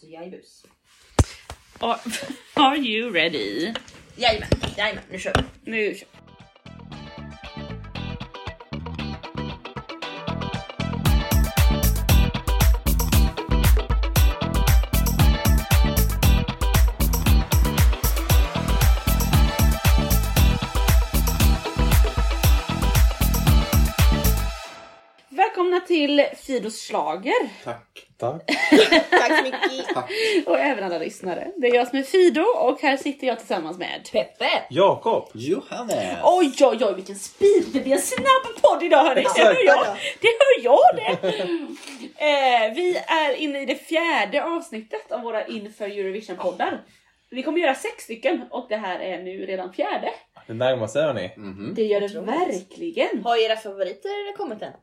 Så jajbus. Are you ready? Jajamän, nu kör vi. Välkomna till Fidos Schlager. Tack. Tack så mycket. Tack. Och även alla lyssnare. Det är jag som är Fido och här sitter jag tillsammans med Peppe. Jakob. Johannes. Oj, vilken speed. Det blir en snabb podd idag, hörni. Det hör jag det. Vi är inne i det 4:e avsnittet av våra inför Eurovision-poddar. Vi kommer göra 6 stycken och det här är nu redan 4:e. Det närmar sig, hörni. Det gör det verkligen. Har era favoriter kommit än?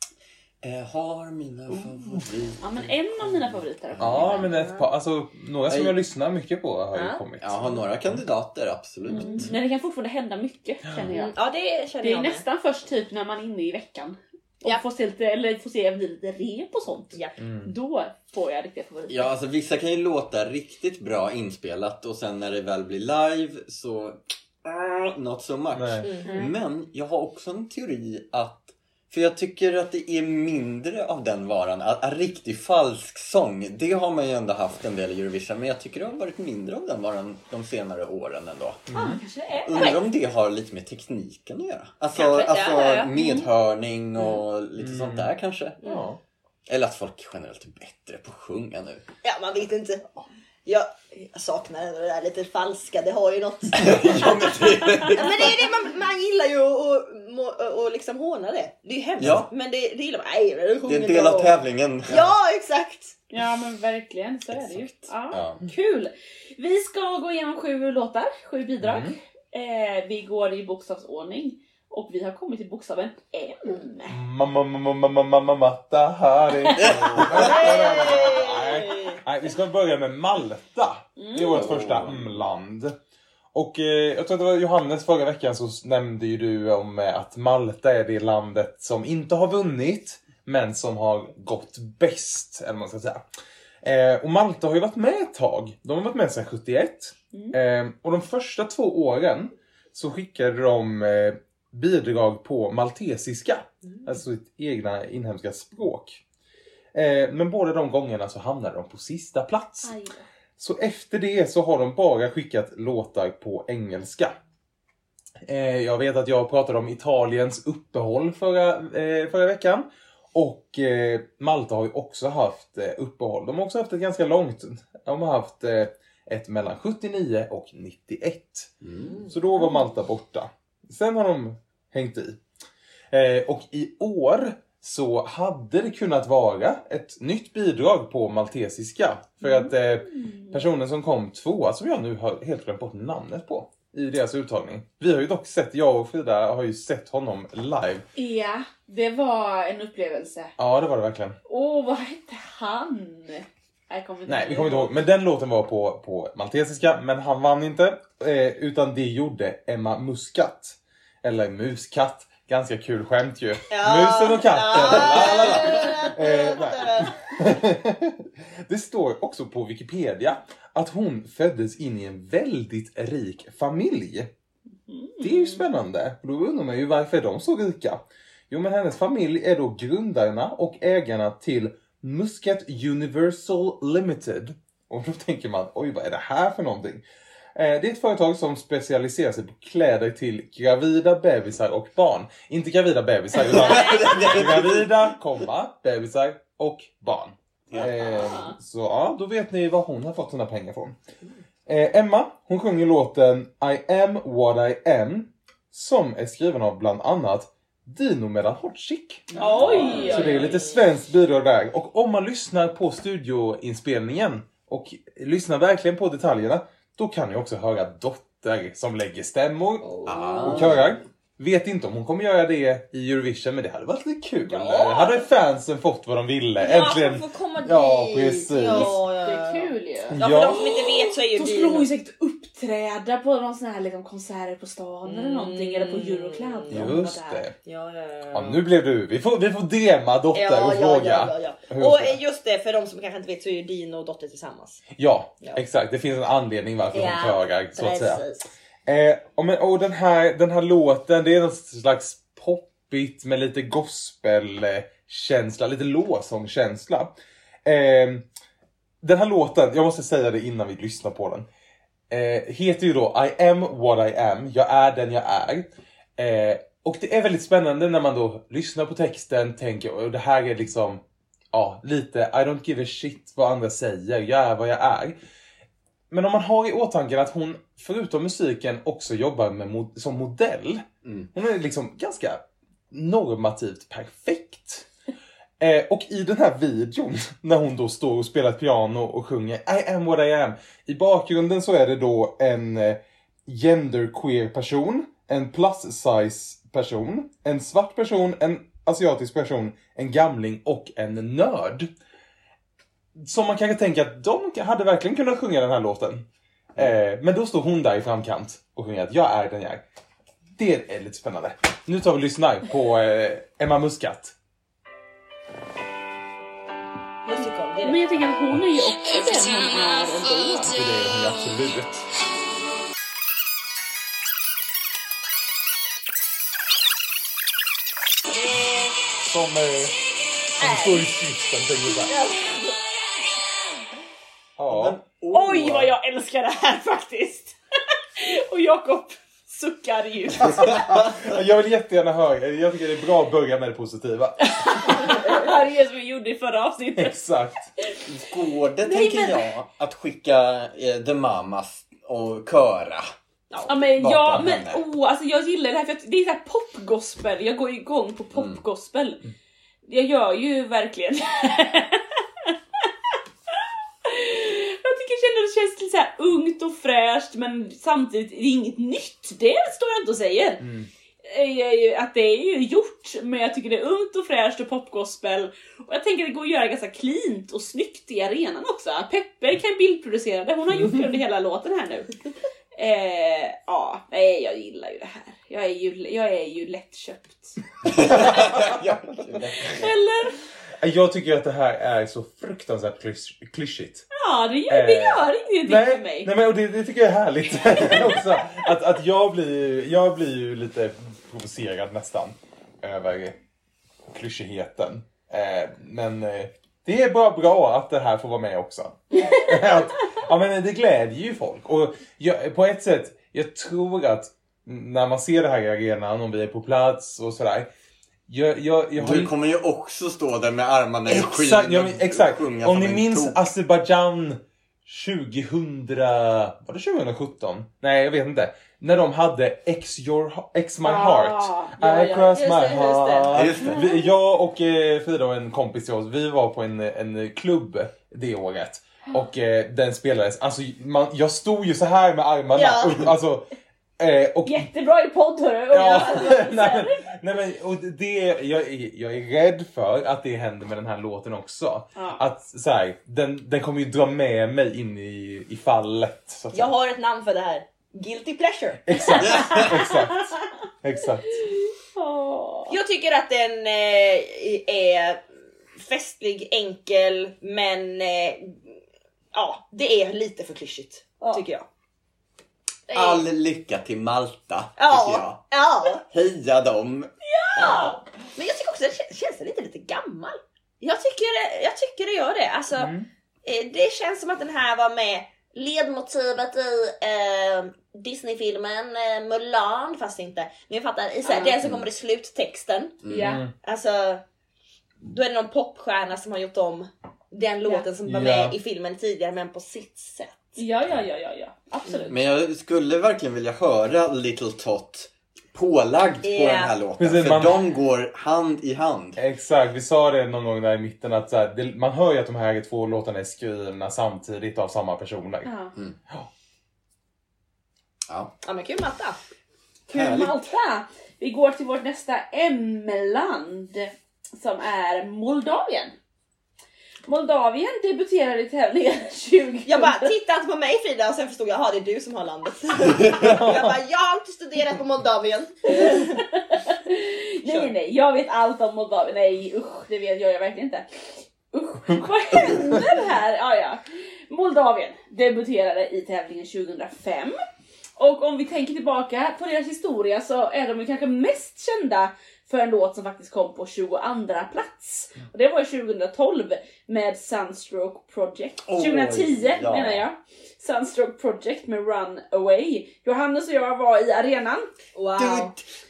Har mina favoriter. Ja, men en av mina favoriter. Ja, men ett par, alltså några som jag lyssnar mycket på har ju kommit. Jag har några kandidater, absolut. Men det kan fortfarande hända mycket, känner jag. Ja, det känner Det är jag med. nästan först typ när man är inne i veckan. Och får se lite, eller får se lite rep och sånt. Ja. Då får jag riktiga favoriter. Ja, alltså vissa kan ju låta riktigt bra inspelat och sen när det väl blir live så not so much. Men jag har också en teori att, för jag tycker att det är mindre av den varan, en riktig falsk sång, det har man ju ändå haft en del i Eurovision, men jag tycker det har varit mindre av den varan de senare åren ändå. Kanske det är. Undrar om det har lite med tekniken att göra. Alltså Ja. medhörning och lite sånt där kanske. Ja. Eller att folk generellt är bättre på att sjunga nu. Ja, man vet inte. Jag saknar det där lite falska, det har ju något. Ja, men Men det är det man gillar ju och liksom håna det. Det är ju hemskt, Ja. men det gillar man. Nej, det är en del av tävlingen. Ja, exakt. Ja, men verkligen, så är det ju. Ja, Ja. kul! Vi ska gå igenom 7 låtar, 7 bidrag. Vi går i bokstavsordning. Och vi har kommit till bokstaven M. Matta Hari. Nej, vi ska börja med Malta. Det är vårt första land. Och jag tror att det var Johannes förra veckan så nämnde ju du om att Malta är det landet som inte har vunnit men som har gått bäst, eller man ska säga. Och Malta har ju varit med ett tag. De har varit med sedan 71. Och de första 2 åren så skickade de bidrag på maltesiska. Alltså sitt egna inhemska språk. Men båda de gångerna så hamnade de på sista plats. Aj. Så efter det så har de bara skickat låtar på engelska. Jag vet att jag pratade om Italiens uppehåll förra veckan. Och Malta har ju också haft uppehåll. De har också haft ett ganska långt. De har haft ett mellan 79 och 91. Så då var Malta borta. Sen har de hängt i. Och i år så hade det kunnat vara ett nytt bidrag på maltesiska. För att personen som kom 2, som jag nu har helt glömt bort namnet på i deras uttagning. Vi har ju dock sett, jag och Frida har ju sett honom live. Ja, det var en upplevelse. Ja, det var det verkligen. Vad hette han? Nej, vi kommer inte ihåg. Men den låten var på maltesiska, men han vann inte. Utan det gjorde Emma Muscat. Eller Muskatt. Ganska kul skämt ju. Ja. Musen och katten. Ja. Det står också på Wikipedia att hon föddes in i en väldigt rik familj. Det är ju spännande. Då undrar man ju varför är de så rika. Jo, men hennes familj är då grundarna och ägarna till Muscat Universal Limited. Och då tänker man, oj, vad är det här för någonting? Det är ett företag som specialiserar sig på kläder till gravida, bebisar och barn. Inte gravida bebisar, utan gravida, bebisar och barn. Så ja, då vet ni var hon har fått sina pengar från. Emma, hon sjunger låten I am what I am, som är skriven av bland annat Dino Medalhodzic. Oj! Så det är lite svenskt bidrag där. Och om man lyssnar på studioinspelningen och lyssnar verkligen på detaljerna, då kan ni också höra Dotter som lägger stämmor och körar. Vet inte om hon kommer göra det i Eurovision, men det hade varit lite kul. Hade fansen fått vad de ville. Äntligen. Får komma dit. Ja, precis. Ja. Det är kul ju. Ja, för de som inte vet så är ju Då skulle hon ju säkert uppträda uppträda på någon sån här liksom konserter på stan eller någonting, eller på Euroclub. Just det. Ja. Nu blev du. Vi får DMa Dotter och fråga. Ja. Och just det, för de som kanske inte vet så är ju Dino och Dotter tillsammans. Ja, exakt. Det finns en anledning varför hon körar, så att säga. Och den här låten, det är någon slags poppigt med lite gospelkänsla, lite lovsångskänsla. Den här låten, jag måste säga det innan vi lyssnar på den, heter ju då I am what I am, jag är den jag är. Och det är väldigt spännande när man då lyssnar på texten, tänker, och det här är liksom lite I don't give a shit vad andra säger, jag är vad jag är. Men om man har i åtanke att hon förutom musiken också jobbar som modell, hon är liksom ganska normativt perfekt. Och i den här videon, när hon då står och spelar piano och sjunger I am what I am, i bakgrunden så är det då en genderqueer person, en plus size person, en svart person, en asiatisk person, en gamling och en nörd. Som man kanske tänker att de hade verkligen kunnat sjunga den här låten. Men då står hon där i framkant och sjunger att jag är den jag är. Det är lite spännande. Nu tar vi och lyssnar på Emma Muscat. Men jag tänker att hon är ju också den hon är ändå. Det är hon absolut. Som står i skriften, tänker jag. Ja. Oj vad jag älskar det här faktiskt. Och Jakob suckar ju. Jag vill jättegärna höra. Jag tycker det är bra att börja med det positiva. Det här är som vi gjorde i förra avsnittet. Exakt. Går det, tänker jag, att skicka The Mamas och köra? Alltså jag gillar det här för att det är så här popgospel. Jag går igång på popgospel. Jag gör ju verkligen. Det känns lite så här ungt och fräscht, men samtidigt är det inget nytt. Det står jag inte och säger. Att det är ju gjort, men jag tycker det är ungt och fräscht och popgospel. Och jag tänker att det går att göra ganska cleant och snyggt i arenan också. Pepper kan bildproducera det. Hon har gjort det under hela låten här nu. Jag gillar ju det här. Jag är ju lättköpt. Eller? Jag tycker att det här är så fruktansvärt klyschigt. Ja, det gör ingenting för mig. Nej, men och det tycker jag är härligt också. Att jag blir ju lite provocerad nästan över klyschigheten. Men det är bara bra att det här får vara med också. Men det glädjer ju folk. Och på ett sätt, jag tror att när man ser det här i arenan, om vi är på plats och sådär. Du kommer ju också stå där med armarna i skyn. Exakt. Om ni minns Azerbaijan 2017? Nej, jag vet inte. När de hade X My Heart. I cross my heart. Jag och Frida och en kompis till oss, vi var på en klubb det året. Och den spelades. Alltså, jag stod ju så här med armarna. Alltså, jättebra i podd, hörru. Jag är rädd för att det händer med den här låten också. Att så här, den kommer ju dra med mig in i fallet, så att jag har ett namn för det här. Guilty pleasure. Exakt. Jag tycker att den är festlig, enkel, men det är lite för klyschigt, tycker jag. All lycka till Malta, tycker jag. Heja dem. Ja. Men jag tycker också att det känns lite gammal. Jag tycker det gör det. Alltså, det känns som att den här var med ledmotivet i Disney-filmen Mulan, fast inte. Ni fattar, den som kommer i sluttexten. Alltså, då är det någon popstjärna som har gjort om den låten som var med i filmen tidigare, men på sitt sätt. Ja, absolut. Men jag skulle verkligen vilja höra Little Tot pålagd på den här låten. Precis, för de går hand i hand. Exakt, vi sa det någon gång där i mitten att så här, man hör ju att de här två låtarna är skrivna samtidigt av samma personer. Ja, men kul Malta. Kul Malta. Vi går till vårt nästa M-land som är Moldavien. Moldavien debuterade i tävlingen 20. Jag bara, titta inte på mig Frida, och sen förstod jag, det är du som har landet. Jag bara, jag har inte studerat på Moldavien. Nej, jag vet allt om Moldavien. Nej, det vet jag verkligen inte. Vad händer här? Ja. Moldavien debuterade i tävlingen 2005. Och om vi tänker tillbaka på deras historia så är de kanske mest kända för en låt som faktiskt kom på 22:a plats. Och det var 2012 med Sunstroke Project. 2010 menar jag. Sunstroke Project med Run Away. Johannes och jag var i arenan. Wow.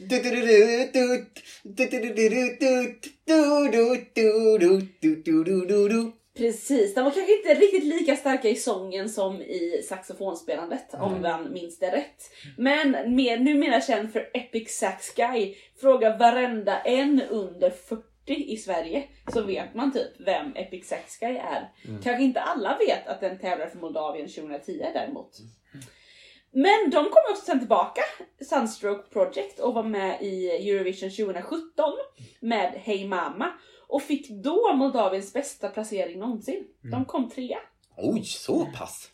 Precis, de var kanske inte riktigt lika starka i sången som i saxofonspelandet, om man minns det rätt. Men numera känd för Epic Sax Guy. Fråga varenda en under 40 i Sverige så vet man typ vem Epic Sax Guy är. Kanske inte alla vet att den tävlar för Moldavien 2010 däremot. Men de kom också sen tillbaka, Sunstroke Project, och var med i Eurovision 2017 med Hey Mama. Och fick då Moldaviens bästa placering någonsin. De kom 3. Oj, så pass.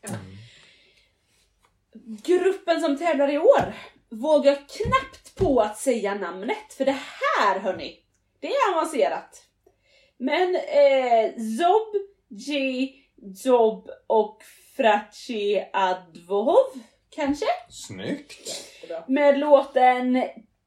Gruppen som tävlar i år vågar knappt på att säga namnet. För det här, hörni, det är avancerat. Men Zob, G, Zob och Fraci Advohov, kanske? Snyggt. Med låten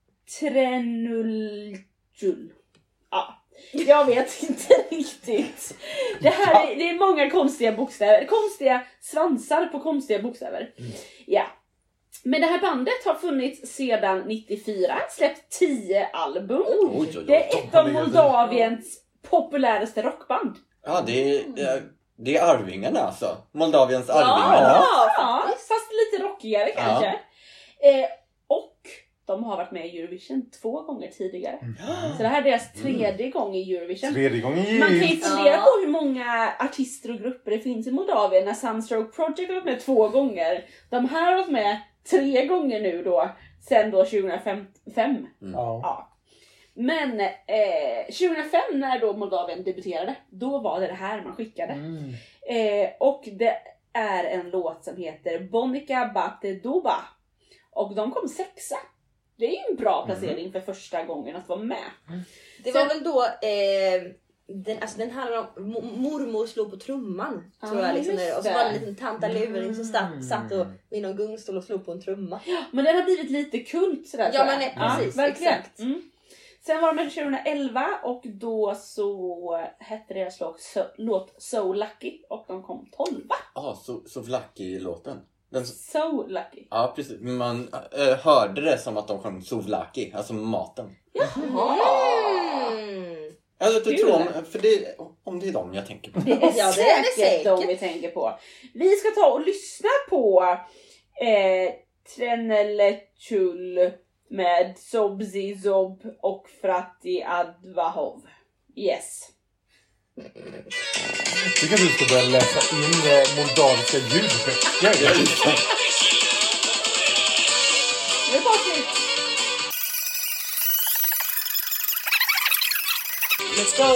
Trenuljul. Ja. Jag vet inte riktigt. Det är många konstiga bokstäver. Konstiga svansar på konstiga bokstäver. Ja. Men det här bandet har funnits sedan 94. Släppt 10 album. Det är ett av Moldaviens populäraste rockband. Ja, det är Arvingarna alltså. Moldaviens Arvingarna. Ja, fast lite rockigare kanske. Och de har varit med i Eurovision 2 gånger tidigare. Så det här är deras 3:e gång i Eurovision. 3:e gången gilt. Man kan ju fundera på hur många artister och grupper det finns i Moldavien när Sunstroke Project har varit med 2 gånger. De här har varit med 3 gånger nu då, sen då 2005. Ja. Men 2005 när då Moldavien debuterade, då var det här man skickade. Och det är en låt som heter Bonica Bate Duba. Och de kom 6. Det är ju en bra placering för första gången att vara med. Det var väl då den handlar om mormor slog på trumman, tror jag liksom. Och så var det en liten tanta luring som satt och i någon gungstol och slog på en trumma. Men den har blivit lite kult sådär. Ja, men precis, verkligen. exakt. Sen var de med 2011 och då så hette deras låt So Lucky och de kom 12. So Lucky-låten. So Lucky. Ja, precis. Man hörde det som att de sjöng Sovlaki, alltså maten. Jag tror för om det är dem jag tänker på. Det är säkert de vi tänker på. Vi ska ta och lyssna på Trenelechul med Sobzi Zob och Frati Advahov. Yes. Du kan ska börja läsa in moldaviska ljudböcker. Det är bara slut. Let's go!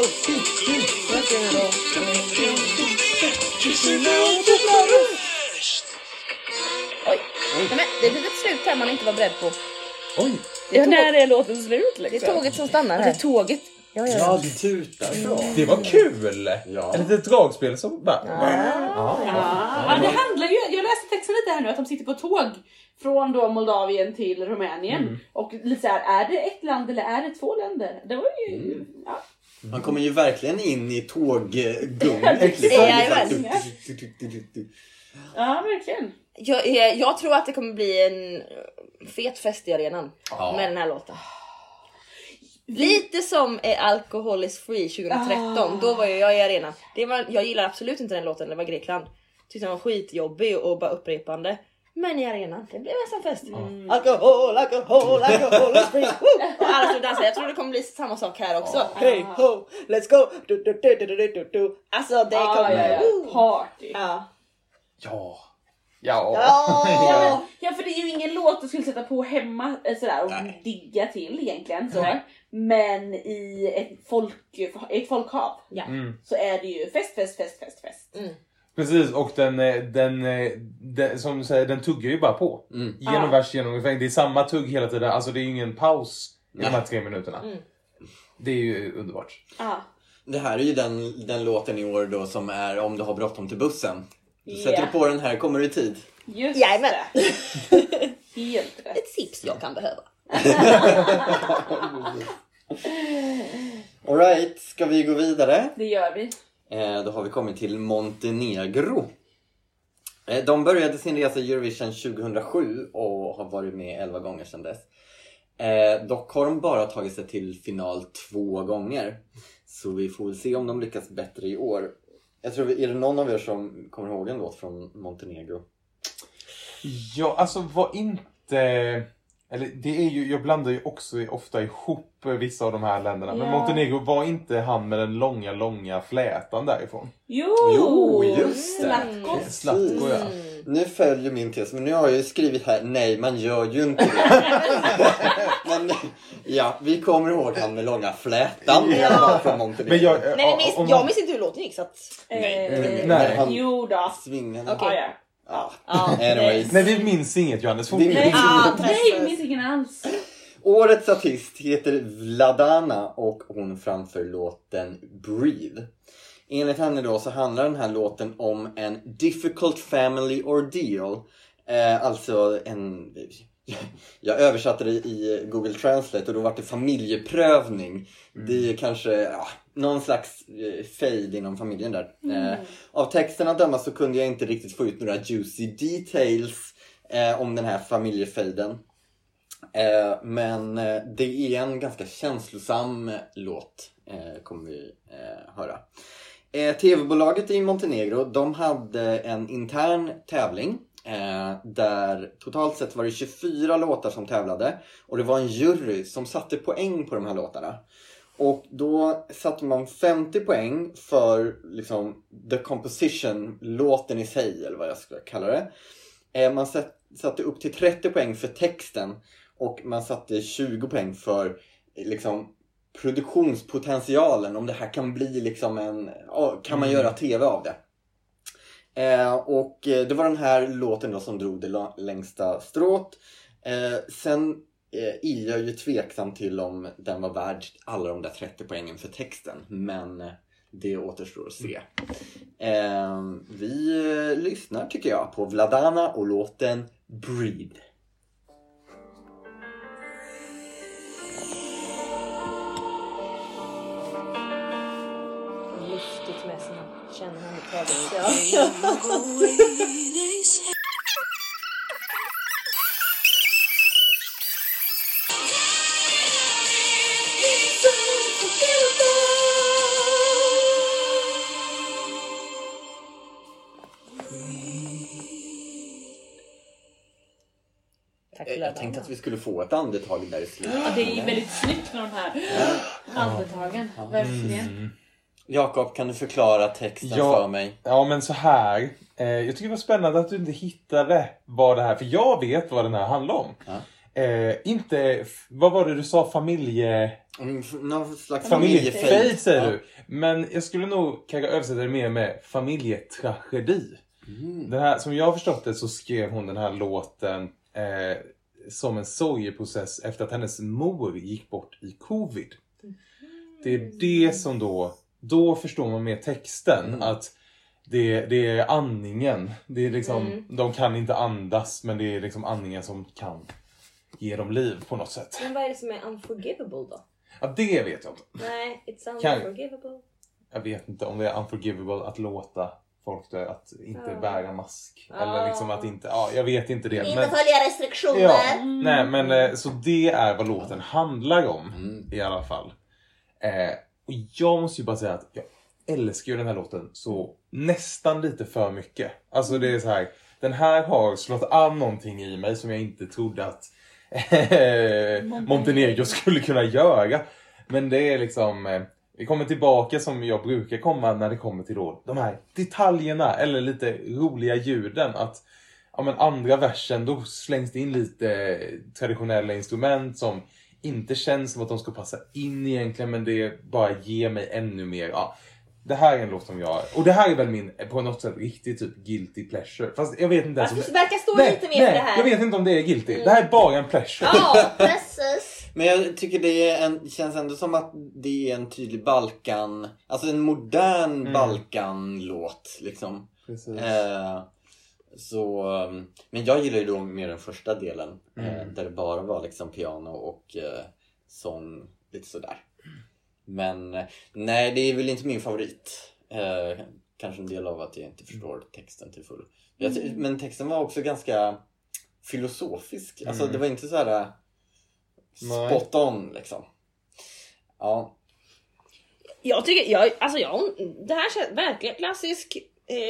Oj, men det är ett slut här man inte var beredd på. Oj! När är låten slut liksom? Det är tåget som stannar här. Det är tåget. Ja, det tutar bra. Det var kul! Ja. Ett litet dragspel som bara... Ja, det handlar ju... Jag läste texten lite här nu att de sitter på tåg från då Moldavien till Rumänien. Och lite så här, är det ett land eller är det 2 länder? Det var ju... Ja. Man kommer ju verkligen in i tåggunget. Ja, verkligen. Jag tror att det kommer bli en fet fest i arenan med den här låten. Lite som Alcohol is Free 2013. Då var jag i arenan. Jag gillar absolut inte den låten. Det var Grekland. Tyckte den var skitjobbig och bara upprepande. Men i arenan, det blev nästan fest. Alcohol is free. Och alla skulle dansa. Jag tror det kommer bli samma sak här också. Hey ho, let's go. Alltså det kommer... Party. Ja. Ja, för det är ju ingen låt du skulle sätta på hemma sådär och digga till egentligen så. Men i ett folkhav så är det ju fest. Precis, och den som du säger, den tuggar ju bara på. Genom vers, genom refräng. Det är samma tugg hela tiden. Alltså det är ju ingen paus i de här 3 minuterna. Det är ju underbart. Det här är ju den låten i år då som är om du har bråttom till bussen. Sätter du på den här, kommer du i tid? Just Jajamän. det. Helt rätt. Ett tips jag kan behöva. All right, ska vi gå vidare? Det gör vi. Då har vi kommit till Montenegro. De började sin resa i Eurovision 2007 och har varit med 11 gånger sedan dess. Dock har de bara tagit sig till final 2 gånger. Så vi får se om de lyckas bättre i år. Jag tror, är det någon av er som kommer ihåg en låt från Montenegro? Ja, alltså var inte... Eller det är ju, jag blandar ju också ofta ihop vissa av de här länderna. Men Montenegro var inte han med den långa flätan därifrån. Jo, just det. Zlatko, ja. Nu följer min tes, men nu har jag ju skrivit här, nej man gör ju inte det. Men ja, vi kommer ihåg han med långa flätan från Montenegro. Men jag minns inte hur låten gick så att... Nej. Jo då. Svingande. Okej. Anyways. Nej, vi minns inget, Johannes. Nej, vi minns ingen alls. Årets artist heter Vladana och hon framför låten Breathe. Enligt henne då så handlar den här låten om en difficult family ordeal. Alltså en... Jag översatte det i Google Translate och då var det familjeprövning. Det är kanske någon slags fade inom familjen där. Av texterna döma så kunde jag inte riktigt få ut några juicy details om den här familjefejden. Men det är en ganska känslosam låt, kommer vi höra. TV-bolaget i Montenegro, de hade en intern tävling. Där totalt sett var det 24 låtar som tävlade. Och det var en jury som satte poäng på de här låtarna. Och då satte man 50 poäng för liksom the composition, låten i sig eller vad jag ska kalla det. Man satte upp till 30 poäng för texten. Och man satte 20 poäng för liksom produktionspotentialen. Om det här kan bli liksom kan man göra tv av det. Och det var den här låten då som drog det längsta strået. Sen är jag ju tveksam till om den var värd alla de där 30 poängen för texten. Men det återstår att se. Vi lyssnar tycker jag på Vladana och låten Breathe. Luftigt med sina känner hon taget. Jag tänkte att vi skulle få ett andetag där i slutet. Ja, det är väldigt snyggt med de här andetagen. Verkligen. Jakob, kan du förklara texten för mig? Ja, men så här. Jag tycker det var spännande att du inte hittade vad det här... För jag vet vad den här handlar om. Inte... Vad var det du sa? Någon slags familjefejt säger du. Men jag skulle nog kanske översätta det mer med familjetragedi. Den här, som jag har förstått det så skrev hon den här låten som en sorgeprocess efter att hennes mor gick bort i covid. Det är det som då förstår man med texten att det är andningen. Det är liksom, de kan inte andas men det är liksom andningen som kan ge dem liv på något sätt. Men vad är det som är unforgivable då? Ja, det vet jag inte. Nej, it's unforgivable. Jag vet inte om det är unforgivable att låta folk dö, att inte bära mask. Eller liksom att inte, jag vet inte det. Inte följa restriktioner. Ja, nej men så det är vad låten handlar om i alla fall. Och jag måste ju bara säga att jag älskar ju den här låten så nästan lite för mycket. Alltså det är så här, den här har slått an någonting i mig som jag inte trodde att Montenegro skulle kunna göra. Men det är liksom, vi kommer tillbaka som jag brukar komma när det kommer till då, de här detaljerna eller lite roliga ljuden. Att men andra versen, då slängs det in lite traditionella instrument som inte känns som att de ska passa in egentligen, men det bara ger mig ännu mer. Ja, det här är en låt som jag... Och det här är väl min, på något sätt, riktigt typ guilty pleasure. Fast jag vet inte ens... Det verkar stå lite mer för det här. Jag vet inte om det är guilty. Det här är bara en pleasure. Ja, precis. Men jag tycker det känns ändå som att det är en tydlig Balkan... Alltså en modern Balkan-låt, liksom. Precis. Men jag gillar ju då mer den första delen. Där det bara var liksom piano och sång, lite sådär. Men nej, det är väl inte min favorit. Kanske en del av att jag inte förstår texten till full. Men texten var också ganska filosofisk. Alltså det var inte så här spot on liksom. Ja. Jag tycker, det här känns verkligen klassisk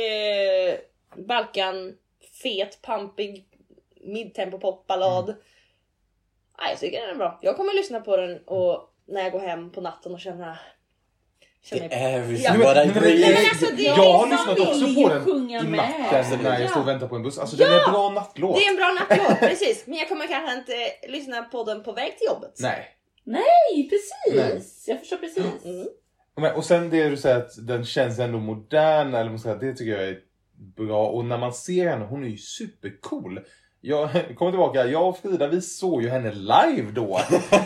Balkan, fet, pampig, midtempo popballad. Jag tycker den är bra. Jag kommer lyssna på den och när jag går hem på natten och känner The air is Ja. what I breathe. Jag har lyssnat också på den i natten när jag står och väntar på en buss. Alltså den är en bra nattlåt. Det är en bra nattlåt, precis. Men jag kommer kanske inte lyssna på den på väg till jobbet. Nej, precis. Jag förstår precis. Och sen det du säger att den känns ändå modern, eller måste säga, det tycker jag är bra. Och när man ser henne, hon är ju supercool. Jag kommer tillbaka, jag och Frida, vi såg ju henne live då.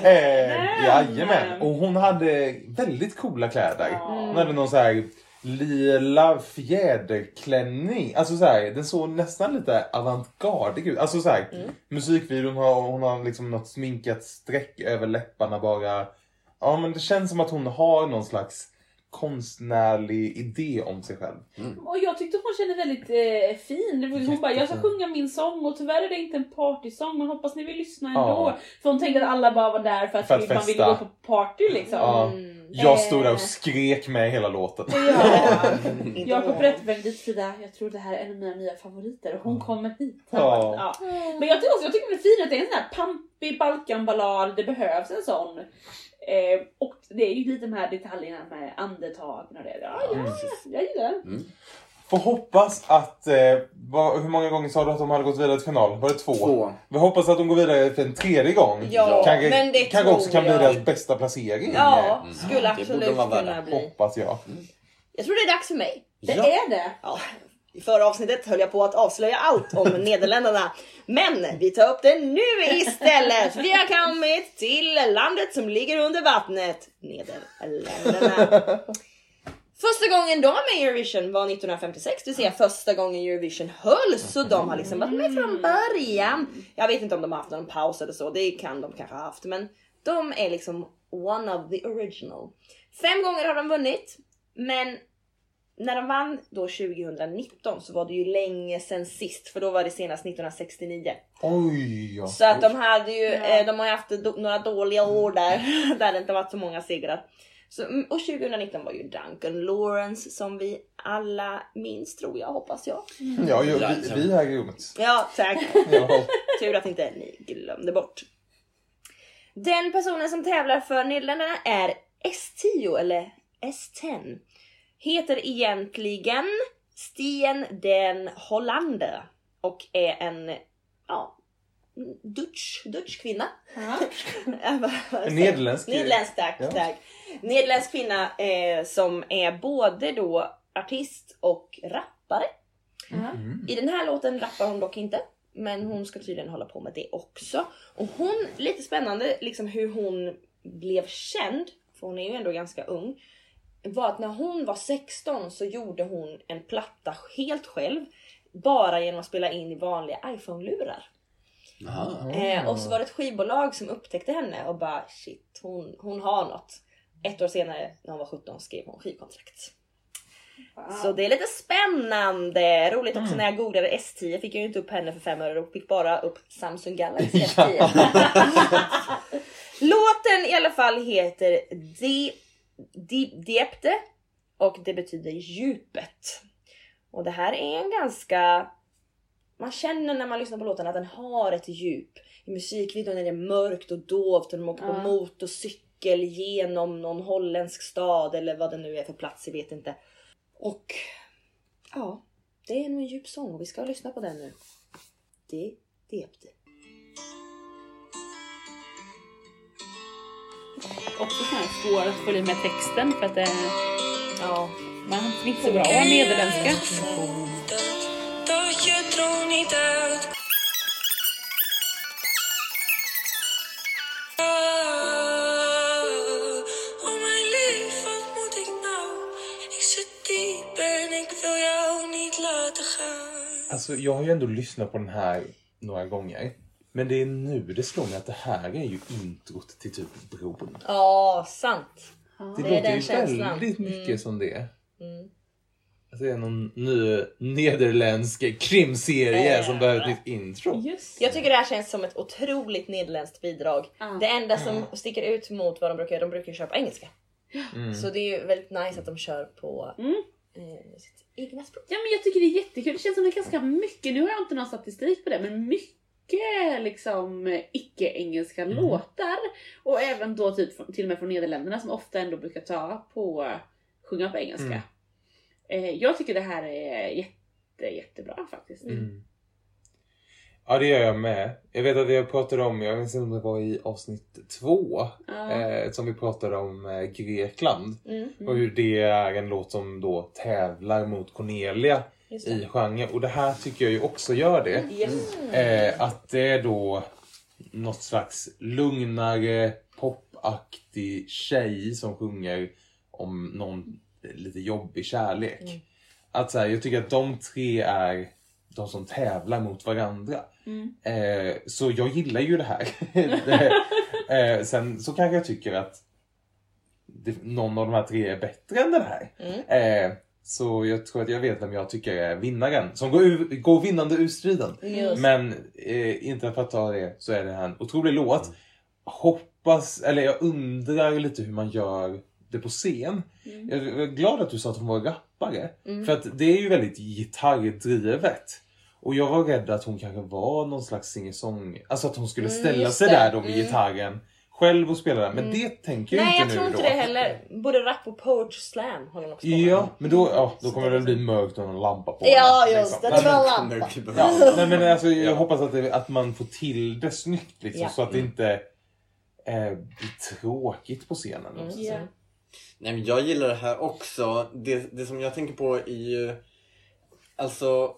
Jajamän. Och hon hade väldigt coola kläder. Hon hade någon så här lila fjäderklänning. Alltså så här, den såg nästan lite avantgardig ut. Alltså så här, musikvideon hon har liksom något sminkat streck över läpparna bara. Ja, men det känns som att hon har någon slags konstnärlig idé om sig själv. Och jag tyckte hon kände väldigt fin. Hon bara, jag ska sjunga min sång och tyvärr är det inte en partysång, men hoppas ni vill lyssna ändå. För hon tänkte att alla bara var där för att man ville gå på party liksom. Jag stod där och skrek med hela låten. Jakob berättade väldigt Frida, jag tror det här är en av mina nya favoriter och hon kommer hit. Men jag tycker det är fint att det är en sån här pampig Balkanballad. Det behövs en sån. Och det är ju lite de här detaljerna med andetagen och det. Jag gillar den. Får hoppas att hur många gånger sa du att de hade gått vidare till final? Var det 2? Vi hoppas att de går vidare för en tredje gång. Men det kanske också kan bli deras bästa placering. Ja, skulle absolut kunna bli. Hoppas jag. Jag tror det är dags för mig. Det är det. Ja. I förra avsnittet höll jag på att avslöja allt om Nederländerna. Men vi tar upp det nu istället. Vi har kommit till landet som ligger under vattnet. Nederländerna. Första gången de var med i Eurovision var 1956. Du ser första gången Eurovision hölls. Så de har liksom varit med från början. Jag vet inte om de har haft någon paus eller så. Det kan de kanske ha haft. Men de är liksom one of the original. 5 gånger har de vunnit. Men när de vann då 2019 så var det ju länge sedan sist. För då var det senast 1969. Oj. Så att de hade ju, de har haft några dåliga år där det inte varit så många segrar. Så, och 2019 var ju Duncan Lawrence som vi alla minns, tror jag, hoppas jag. Ja, vi här i rummet. Ja, tack. Tur att inte ni glömde bort. Den personen som tävlar för Nederländerna är S10 eller S10. Heter egentligen Stien den Hollander och är en Dutch kvinna. Nederländsk. Tack. Nederländsk kvinna som är både då artist och rappare. I den här låten rappar hon dock inte, men hon ska tydligen hålla på med det också. Och hon, lite spännande liksom hur hon blev känd, för hon är ju ändå ganska ung, var att när hon var 16 så gjorde hon en platta helt själv, bara genom att spela in i vanliga iPhone-lurar. Och så var det ett skivbolag som upptäckte henne och bara shit, hon har något. 1 år senare när hon var 17 skrev hon skivkontrakt. Så det är lite spännande. Roligt också när jag googlade S10 fick jag ju inte upp henne för 5 öre och fick bara upp Samsung Galaxy S10. Låten i alla fall heter Diepte och det betyder djupet. Och det här är en ganska... Man känner när man lyssnar på låten att den har ett djup. I musikvideon är det mörkt och dovt och de åker på motorcykel genom någon holländsk stad eller vad det nu är för plats, jag vet inte. Och ja, det är nog en djup sång och vi ska lyssna på den nu. Dipti, dipti. Också så här svårt att följa med texten för att det Ja. man är inte så bra nederländska. Alltså jag har ju ändå lyssnat på den här några gånger. Men det är nu det slår mig att det här är ju introt till typ Bron. Ja, sant. Det är låter den ju känslan. väldigt mycket som det. Mm. Alltså det är någon ny nederländsk krimserie som behöver ett nytt intro. Just. Jag tycker det här känns som ett otroligt nederländskt bidrag. Det enda som sticker ut mot vad de brukar köra på engelska. Så det är ju väldigt nice att de kör på sitt egna språk. Ja, men jag tycker det är jättekul. Det känns som det är ganska mycket. Nu har jag inte någon statistik på det, men mycket liksom icke-engelska låtar. Och även då typ till och med från Nederländerna som ofta ändå brukar sjunga på engelska. Jag tycker det här är jättebra faktiskt. Ja, det gör jag med. Jag vet att jag pratade om, jag vet inte om det var i avsnitt 2 som vi pratade om Grekland. Och hur det är en låt som då tävlar mot Cornelia i genre. Och det här tycker jag ju också gör det. Att det är då något slags lugnare, popaktig tjej som sjunger om någon lite jobbig kärlek. Att så här, jag tycker att de tre är de som tävlar mot varandra. Så jag gillar ju det här. Sen så kanske jag tycker att någon av de här tre är bättre än den här. Så jag tror att jag vet vem jag tycker är vinnaren. Som går vinnande ur striden. Men inte för att ta det så är det här en otrolig låt. Jag undrar lite hur man gör det på scen. Jag är glad att du sa att hon var rappare. För att det är ju väldigt gitarrdrivet. Och jag var rädd att hon kanske var någon slags singer-song. Alltså att hon skulle ställa sig där då med gitarren själv och spela där. Men det tänker jag inte nu då. Nej, jag tror inte det heller. Både rap och poetry slam har hon också. Ja, men då kommer det bli mörkt och någon lampa på. Ja, just det. Det var en lampa. Nej, men alltså, jag hoppas att man får till det snyggt liksom, så att det inte blir tråkigt på scenen. Nej, men jag gillar det här också. Det som jag tänker på är ju, alltså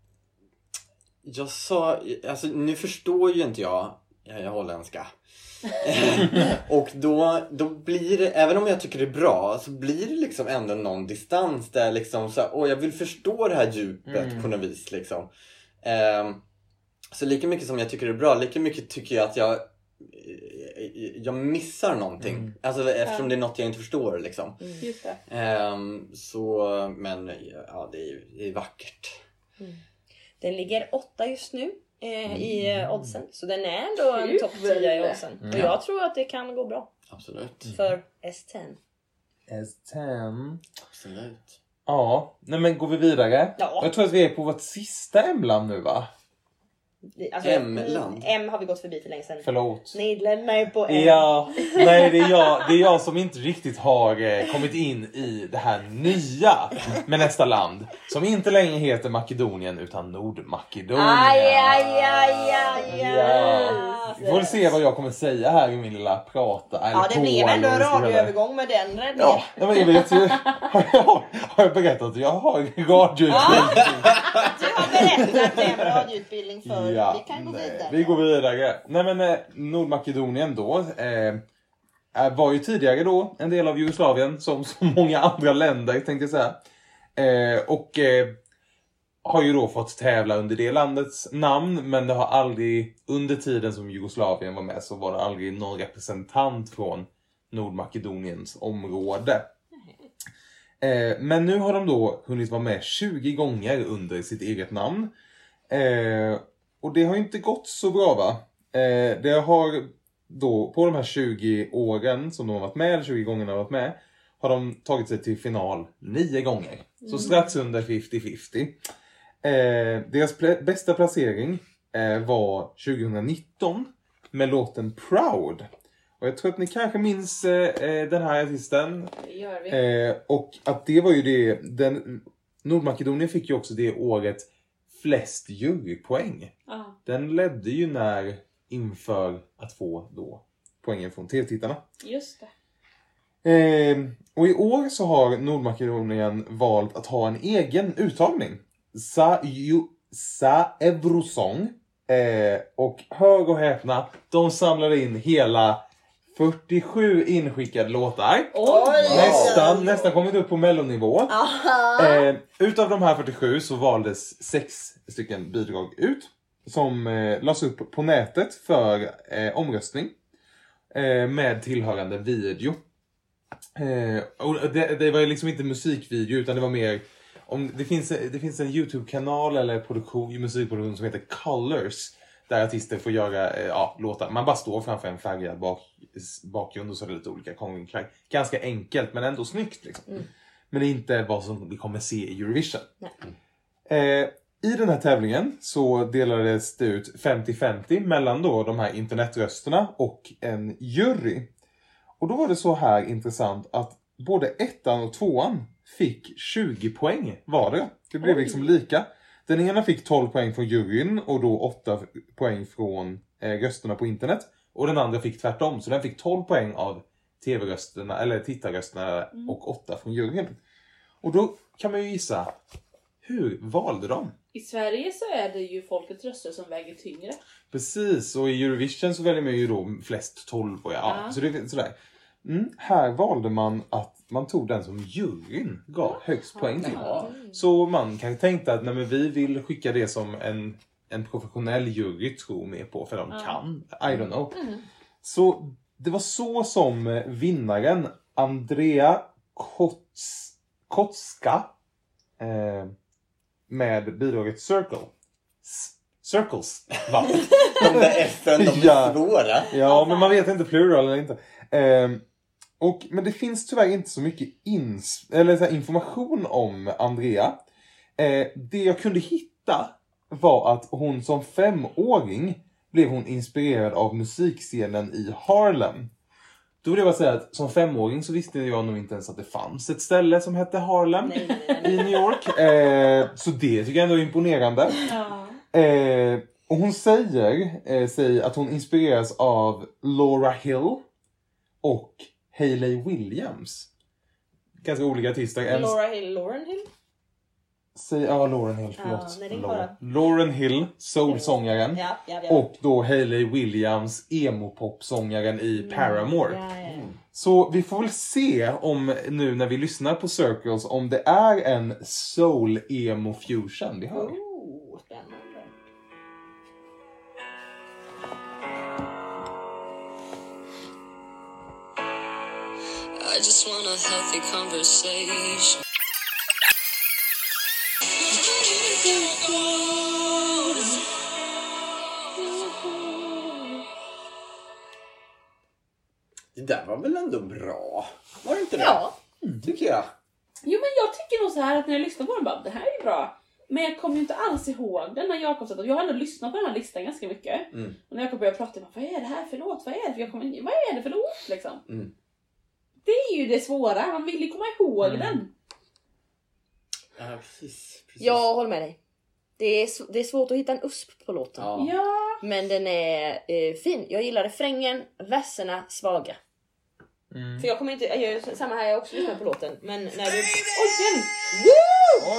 nu förstår ju inte jag är holländska. Och då blir det, även om jag tycker det är bra, så blir det liksom ändå någon distans där liksom så här, jag vill förstå det här djupet på något vis liksom. Så lika mycket som jag tycker det är bra, lika mycket tycker jag att jag missar någonting. Alltså eftersom det är något jag inte förstår liksom. Just det. Men ja, det är vackert. Den ligger 8 just nu i oddsen. Så den är ändå en topp 10 i oddsen. Och jag tror att det kan gå bra. Absolut. För S10. S10. Absolut. Ja, nej men går vi vidare? Ja. Jag tror att vi är på vårt sista M-land nu, va? Alltså, M-land. M har vi gått förbi för länge sedan. Förlåt. Nederländerna är på M. Ja, nej det är jag som inte riktigt har kommit in i det här nya med nästa land. Som inte längre heter Makedonien utan Nordmakedonien. Ja. Vi får väl se vad jag kommer säga här i min lilla prata. Ja, det blev ändå en radioövergång med den räddningen. Ja, men jag vet ju. Har jag berättat att jag har radioutbildning? Du har berättat det med radioutbildning för. Ja, vi kan gå vidare. Vi går vidare. Nej men Nordmakedonien då var ju tidigare då en del av Jugoslavien som så många andra länder tänkte jag säga. Och har ju då fått tävla under det landets namn, men det har aldrig, under tiden som Jugoslavien var med, så var det aldrig någon representant från Nordmakedoniens område. Men nu har de då hunnit vara med 20 gånger under sitt eget namn. Och det har inte gått så bra, va? Det har då, på de här 20 åren som de har varit med, eller 20 gångerna de har varit med, har de tagit sig till final 9 gånger. Så strax under 50-50. Deras bästa placering var 2019 med låten Proud. Och jag tror att ni kanske minns den här artisten. Det gör vi. Och att det var ju det, Nordmakedonien fick ju också det året flest jurypoäng. Ja. Den ledde ju inför att få då poängen från tv-tittarna. Just det. Och i år så har Nordmakedonien valt att ha en egen uttagning. Sa-Evrosong. Och hör och häpna, de samlade in hela 47 inskickade låtar. Nästan kommit upp på mellonnivå. Utav de här 47 så valdes 6 stycken bidrag ut. Som lades upp på nätet för omröstning. Med tillhörande video. Och det var ju liksom inte musikvideo utan det var mer det finns en YouTube-kanal eller musikproduktion som heter Colors där artister får göra låtar. Man bara står framför en färgad bakgrund och så är det lite olika kongenklang. Ganska enkelt men ändå snyggt liksom. Men det är inte vad som vi kommer se i Eurovision. I den här tävlingen så delades det ut 50-50 mellan då de här internetrösterna och en jury. Och då var det så här intressant att både ettan och tvåan fick 20 poäng vardera. Det blev liksom lika. Den ena fick 12 poäng från juryn och då 8 poäng från rösterna på internet. Och den andra fick tvärtom. Så den fick 12 poäng av tv-rösterna eller tittarrösterna och 8 från juryn. Och då kan man ju gissa, hur valde de? I Sverige så är det ju folkets röster som väger tyngre. Precis, och i Eurovision så väljer man ju då flest 12 och så det är sådär. Här valde man att man tog den som juryn gav högst poäng till. Så man kan tänka att vi vill skicka det som en professionell jury tror med på för de kan. I don't know. Så det var så som vinnaren Andrea Kotska med bidraget Circles vann. De där F-en, de är svåra. Ja, men man vet inte plural eller inte. Men det finns tyvärr inte så mycket information om Andrea. Det jag kunde hitta var att hon som 5-åring blev hon inspirerad av musikscenen i Harlem. Då vill jag bara säga att som 5-åring så visste jag nog inte ens att det fanns ett ställe som hette Harlem i New York. Så det tycker jag ändå är imponerande. Och hon säger att hon inspireras av Laura Hill och Hayley Williams. Ganska olika artister. Lauren Hill? Lauren Hill, förlåt. Lauren Hill, soul-sångaren. Och då Hayley Williams, emo-pop-sångaren i Paramore. Så vi får väl se om nu när vi lyssnar på Circles om det är en soul-emo-fusion vi hör. Spännande. I just want a healthy conversation. Det där var väl ändå bra? Var det inte det? Ja. Tycker jag. Jo, men jag tycker nog så här att när jag lyssnar på den bara, det här är bra. Men jag kommer ju inte alls ihåg den när Jakob satt. Jag har ändå lyssnat på den här listan ganska mycket. Och när Jakob började prata, vad är det här för låt? Vad är det för låt liksom? Det är ju det svåra. Man vill ju komma ihåg den. Ja, precis. Jag håller med dig. Det är svårt att hitta en usp på låten. Ja. Men den är fin. Jag gillar refrängen, verserna svaga. För jag kommer inte, jag gör samma här, jag också lyssnar på låten. Men när du... Oj, Jenny! Woo!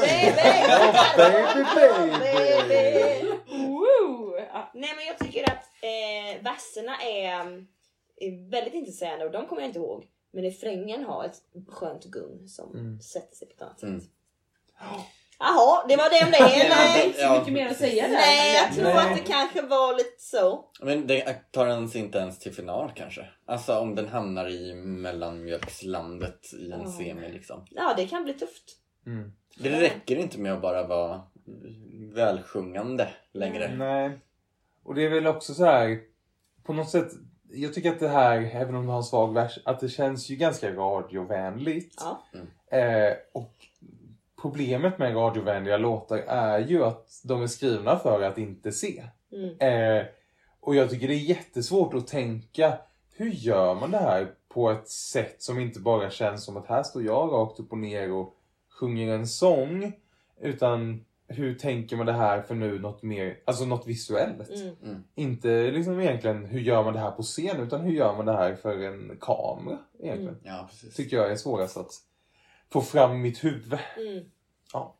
Baby! Woo! Nej, men jag tycker att verserna är väldigt intressanta och de kommer jag inte ihåg. Men refrängen har ett skönt gung som sätter sig på ett annat sätt. Jaha, det var det om det. Nej, inte så mycket mer att säga där. Nej, jag tror att det kanske var lite så. Men det tar den sig inte ens till final kanske. Alltså om den hamnar i mellanmjölkslandet i en semi liksom. Ja, det kan bli tufft. Det räcker inte med att bara vara välsjungande längre. Nej. Och det är väl också så här på något sätt, jag tycker att det här, även om det har en svag vers, att det känns ju ganska radiovänligt. Och problemet med radiovänliga låtar är ju att de är skrivna för att inte se. Och jag tycker det är jättesvårt att tänka, hur gör man det här på ett sätt som inte bara känns som att här står jag rakt upp och ner och sjunger en sång. Utan hur tänker man det här för nu något mer, alltså något visuellt. Inte liksom egentligen hur gör man det här på scen, utan hur gör man det här för en kamera egentligen. Ja, precis. Tycker jag är svårast att få fram i mitt huvud. Ja.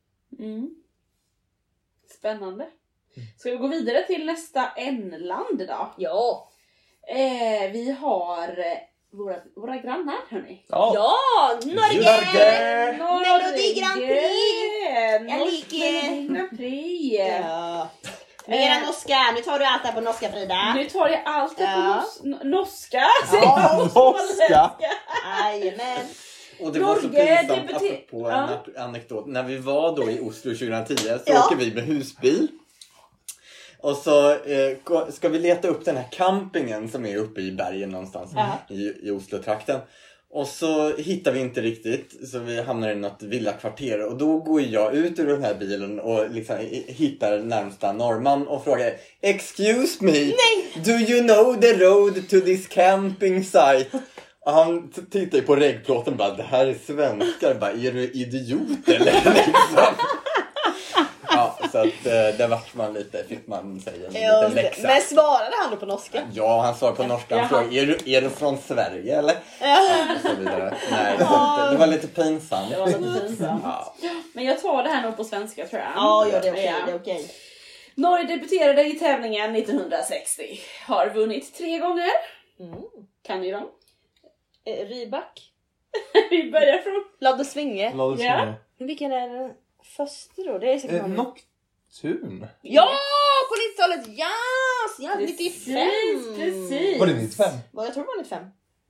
Spännande. Ska vi gå vidare till nästa land då? Ja. Vi har våra grannar, hörni. Ja, Norge! Melodi Grand Prix! Grand Prix. Ja. Mera norska, nu tar du allt här på norska, Frida. Nu tar jag allt det på norska. Norska! Jajamän. Och det var så pinsamt, apropå en anekdot. När vi var då i Oslo 2010 så åker vi med husbil. Och så ska vi leta upp den här campingen som är uppe i bergen någonstans i Oslo-trakten. Och så hittar vi inte riktigt, så vi hamnar i något villakvarter. Och då går jag ut ur den här bilen och liksom hittar närmsta norrman och frågar: Excuse me, do you know the road to this camping site? Och han tittar ju på regplåten och bara: det här är svenskar, bara, är du idiot eller? Liksom. Ja, så att där vart man lite, fick man säga en liten läxa. Men svarade han då på norska? Ja, han svarade på norska. Han frågade: är du från Sverige eller? Och så vidare. Nej, det var lite pinsamt. Ja. Men jag tar det här nog på svenska, tror jag. Ja, det är okej. Norge debuterade i tävlingen 1960. Har vunnit 3 gånger. Kan ni dem? Rybak. Vi börjar från Lade Svinge. Ja. Vilken är den första då? Det är säkert Nocturne. Ja, på 90-talet. Ja, 95. Precis. Var det 95? Jag tror det var 95.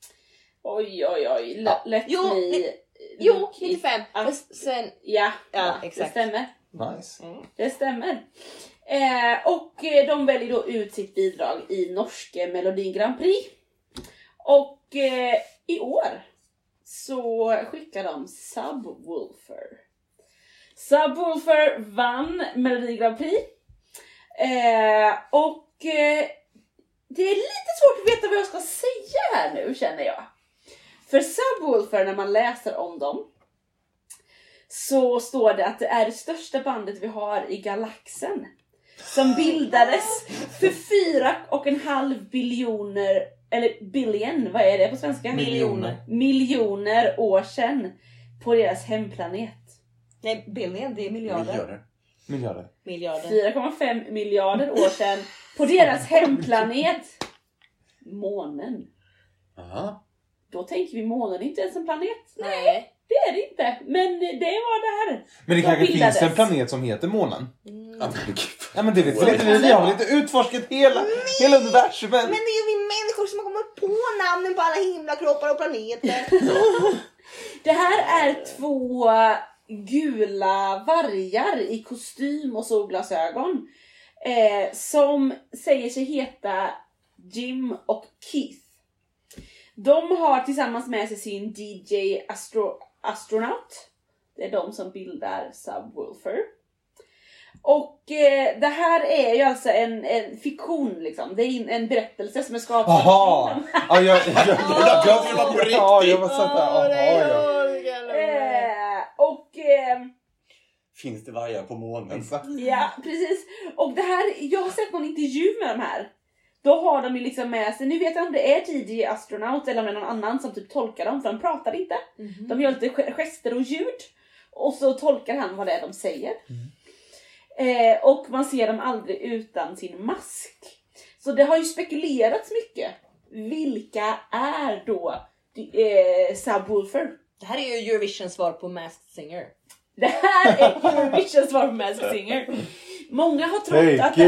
Oj. Lätt Jo, 95. Sen... Ja, exakt. Det stämmer. Nice. Det stämmer. Och de väljer då ut sitt bidrag i norske Melodi Grand Prix. Och i år så skickar de Subwoofer. Subwoofer vann Melodi Grand Prix. Och det är lite svårt att veta vad jag ska säga här nu, känner jag. För Subwoofer, när man läser om dem, så står det att det är det största bandet vi har i galaxen. Som bildades för 4,5 biljoner, eller billion, vad är det på svenska? Miljoner år sedan på deras hemplanet. Nej, billion, det är miljarder. 4,5 miljarder år sedan på deras hemplanet. Månen. Aha. Då tänker vi månen är inte ens en planet. Nej. Det är det inte. Men det var där. Men det kanske finns en planet som heter månen. Ja, men det vet vi inte. Vi har väl inte utforskat hela universumen. Men det är ju vi människor som har kommit på namnen på alla himlakroppar och planeter. Det här är 2 gula vargar i kostym och solglasögon. Som säger sig heta Jim och Keith. De har tillsammans med sig sin DJ Astronaut. Det är de som bildar Subwoofer. Och det här är ju alltså en fiktion liksom. Det är en berättelse som är skapad. Jaha! Ja, jag var på riktigt. Ja, jag var satt där. Finns det vargar på månen? Ja, precis. Och det här, jag har sett någon intervju med de här. Då har de ju liksom med sig, nu vet jag om det är DJ Astronaut eller om det är någon annan som typ tolkar dem, för de pratar inte. De gör lite gester och ljud. Och så tolkar han vad det är de säger. Och man ser dem aldrig utan sin mask. Så det har ju spekulerats mycket. Vilka är då Subwoofer? Det här är ju Eurovision svar på Masked Singer. Det här är Eurovision svar på Masked Singer. Många har trott att det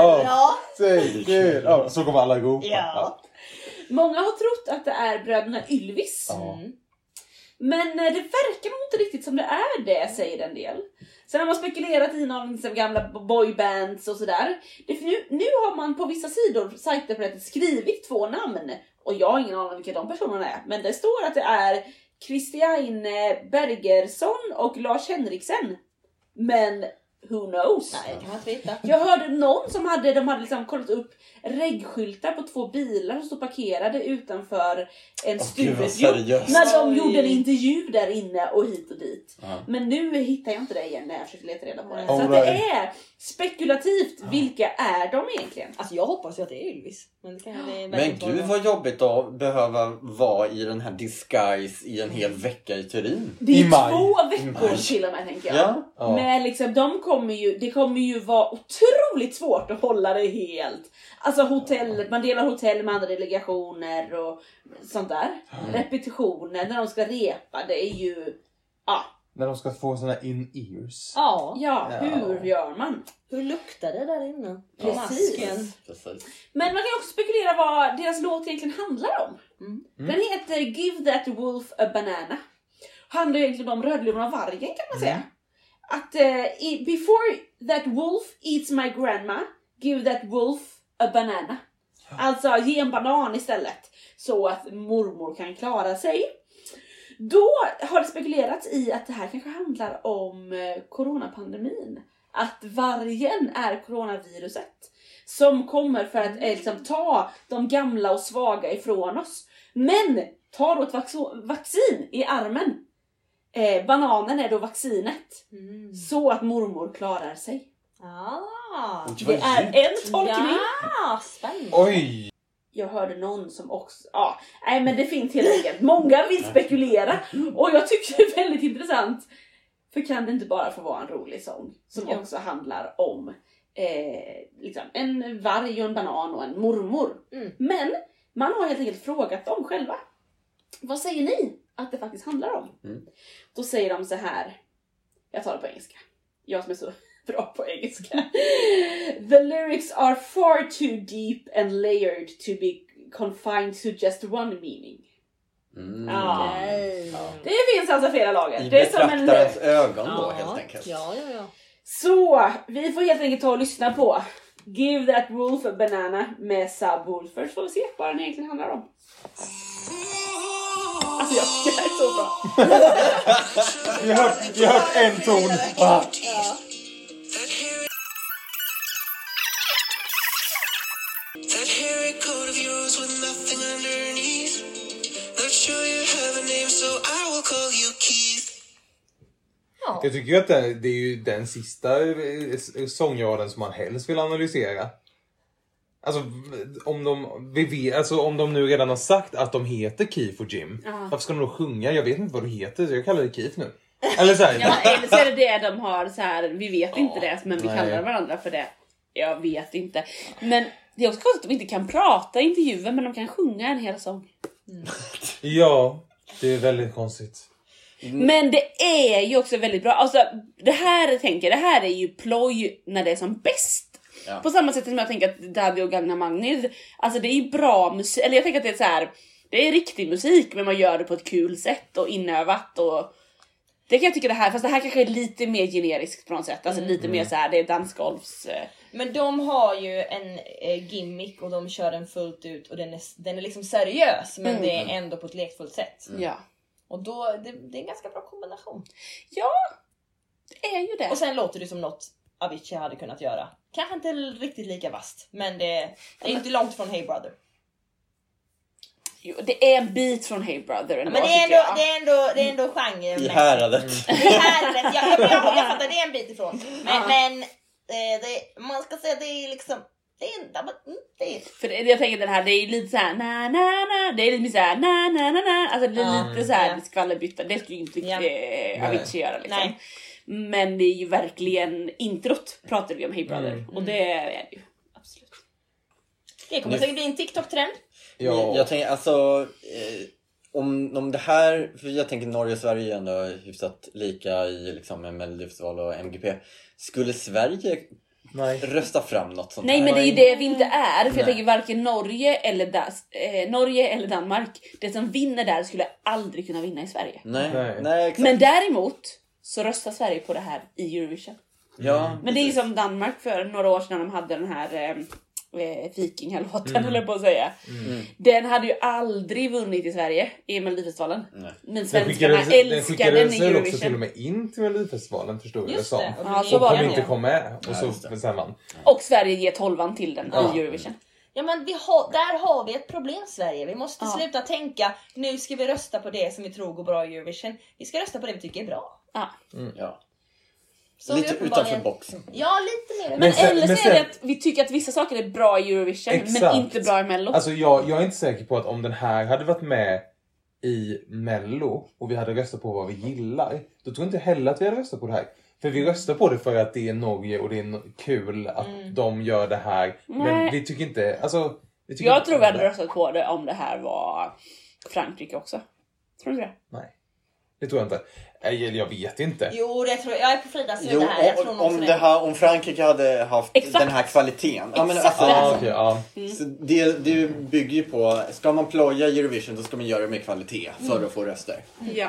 är... Så kommer alla gå. Ja. Många har trott att det är bröderna Ylvis. Men det verkar nog inte riktigt som det är det, säger en del. Sen har man spekulerat i någon liksom gamla boybands och sådär. Nu har man på vissa sajter på nätet skrivit 2 namn. Och jag har ingen aning om vilka de personerna är. Men det står att det är Christiane Bergersson och Lars Henriksen. Men who knows? Nej, det kan man inte veta. Jag hörde någon som de hade liksom kollat upp reggskyltar på 2 bilar som stod parkerade utanför en studio när de gjorde en intervju där inne och hit och dit. Men nu hittar jag inte det igen när jag försöker leta reda på det. Så att det är spekulativt. Vilka är de egentligen? Alltså jag hoppas ju att det är Ylvis. Men gud vad jobbigt att behöva vara i den här disguise i en hel vecka i Turin. Det är 2 veckor till och med, tänker jag. Ja. Men liksom, det kommer ju vara otroligt svårt att hålla det helt. Alltså man delar hotell med andra delegationer och sånt där. Repetitioner, när de ska repa, det är ju... När de ska få såna in-ears. Ja, hur gör man? Hur luktar det där inne? Precis. Men man kan också spekulera vad deras låt egentligen handlar om. Den heter Give That Wolf a Banana. Handlar egentligen om Rödluvan och vargen, kan man säga. Att before that wolf eats my grandma, give that wolf a banana. Alltså ge en banan istället, så att mormor kan klara sig. Då har det spekulerats i att det här kanske handlar om coronapandemin. Att vargen är coronaviruset som kommer för att liksom ta de gamla och svaga ifrån oss. Men ta då ett vaccin i armen. Bananen är då vaccinet. Så att mormor klarar sig. Det är en tolkning. Ja, spännande. Oj! Jag hörde någon som också... nej men det finns helt enkelt. Många vill spekulera. Och jag tycker det är väldigt intressant. För kan det inte bara få vara en rolig sång. Som också handlar om liksom en varg och en banan och en mormor. Men man har helt enkelt frågat dem själva. Vad säger ni att det faktiskt handlar om? Då säger de så här. Jag tar det på engelska. Jag som är så bra på engelska. The lyrics are far too deep and layered to be confined to just one meaning. Det finns alltså flera lager. I det är som betraktarens ögon då, helt enkelt. Ja. Så vi får helt enkelt ta och lyssna på Give That Wolf a Banana med Subwoolfers. Får vi se vad den egentligen handlar om. Alltså det här är så bra. Vi har hört en ton. That hairy coat of yours with nothing underneath. Not sure you have a name, so I will call you Keith. Jag tycker ju att det är ju den sista sångraden som man helst vill analysera. Alltså om de nu redan har sagt att de heter Keith och Jim. Varför ska de då sjunga? Jag vet inte vad du heter, så jag kallar det Keith nu. Eller så här. Eller så är det de har så här. Vi vet inte det, men vi kallar varandra för det. Jag vet inte. Men det är också konstigt att de inte kan prata i intervjuer, men de kan sjunga en hel sång. Ja, det är väldigt konstigt. Men det är ju också väldigt bra. Alltså det här är ju ploj när det är som bäst. På samma sätt som jag tänker att Daddy och Gagna Magnus, alltså det är ju bra musik. Eller jag tänker att det är så här, det är riktig musik, men man gör det på ett kul sätt och inövat och det kan jag tycka det här, fast det här kanske är lite mer generiskt på något sätt. Alltså lite mer så här, det är dansgolfs. Men de har ju en gimmick och de kör den fullt ut och den är liksom seriös, men det är ändå på ett lekfullt sätt. Ja. Och då det är en ganska bra kombination. Ja, det är ju det. Och sen låter det som något Avicii hade kunnat göra. Kanske inte riktigt lika vast, men det är inte långt från Hey Brother. Jo, det är en bit från Hey Brother. Men det är ändå genre. I häradet. Det är häradet. Jag fattar, det är en bit ifrån. Men man ska säga det är liksom för jag tänker den här, det är lite så här na na na, det är lite så här na na na na, alltså det är lite så här skvallerbytta. Det skulle ju inte Avicii göra liksom. Nej. Men det är ju verkligen introt pratade vi om Hey Brother och det är det ju absolut. Det kommer säkert bli en TikTok-trend. Ja. Jag tänker alltså om det här, för jag tänker Norge och Sverige är ändå hyfsat lika i liksom en Melodifestival och MGP. Skulle Sverige rösta fram något sånt? Nej, men det är ju det vi inte är. För jag tänker varken Norge eller Danmark, det som vinner där skulle aldrig kunna vinna i Sverige. Nej, exakt. Men däremot så röstar Sverige på det här i Eurovision. Ja, men det är ju som Danmark för några år sedan de hade den här Vikingalåten höll jag på att säga. Den hade ju aldrig vunnit i Sverige i Melodifestivalen. Men svenskarna älskar den i Eurovision. Också till och med in till Melodifestivalen, förstod jag det som. Ja, så var och det. inte kom med. Och så bestämmer man. Och Sverige ger 12 till den i Eurovision. Ja, men där har vi ett problem, Sverige. Vi måste sluta tänka, nu ska vi rösta på det som vi tror går bra i Eurovision. Vi ska rösta på det vi tycker är bra. Ja. Så Lite utanför boxen. Ja, lite mer. Men eller så är det att vi tycker att vissa saker är bra i Eurovision, men inte bra i Mello. Alltså jag är inte säker på att om den här hade varit med i Mello och vi hade röstat på vad vi gillar, då tror jag inte heller att vi hade röstat på det här. För vi röstar på det för att det är Norge och det är kul att de gör det här. Men vi tycker inte... Alltså, jag tror vi hade röstat på det om det här var Frankrike också. Tror du det? Nej, det tror jag inte. Jag vet inte. Jo, det tror jag. Jag är på Fridas sida här. Jag tror om Frankrike hade haft den här kvaliteten. Ja, men så det bygger ju på, ska man ploja Eurovision, då ska man göra det med kvalitet för att få röster. Ja.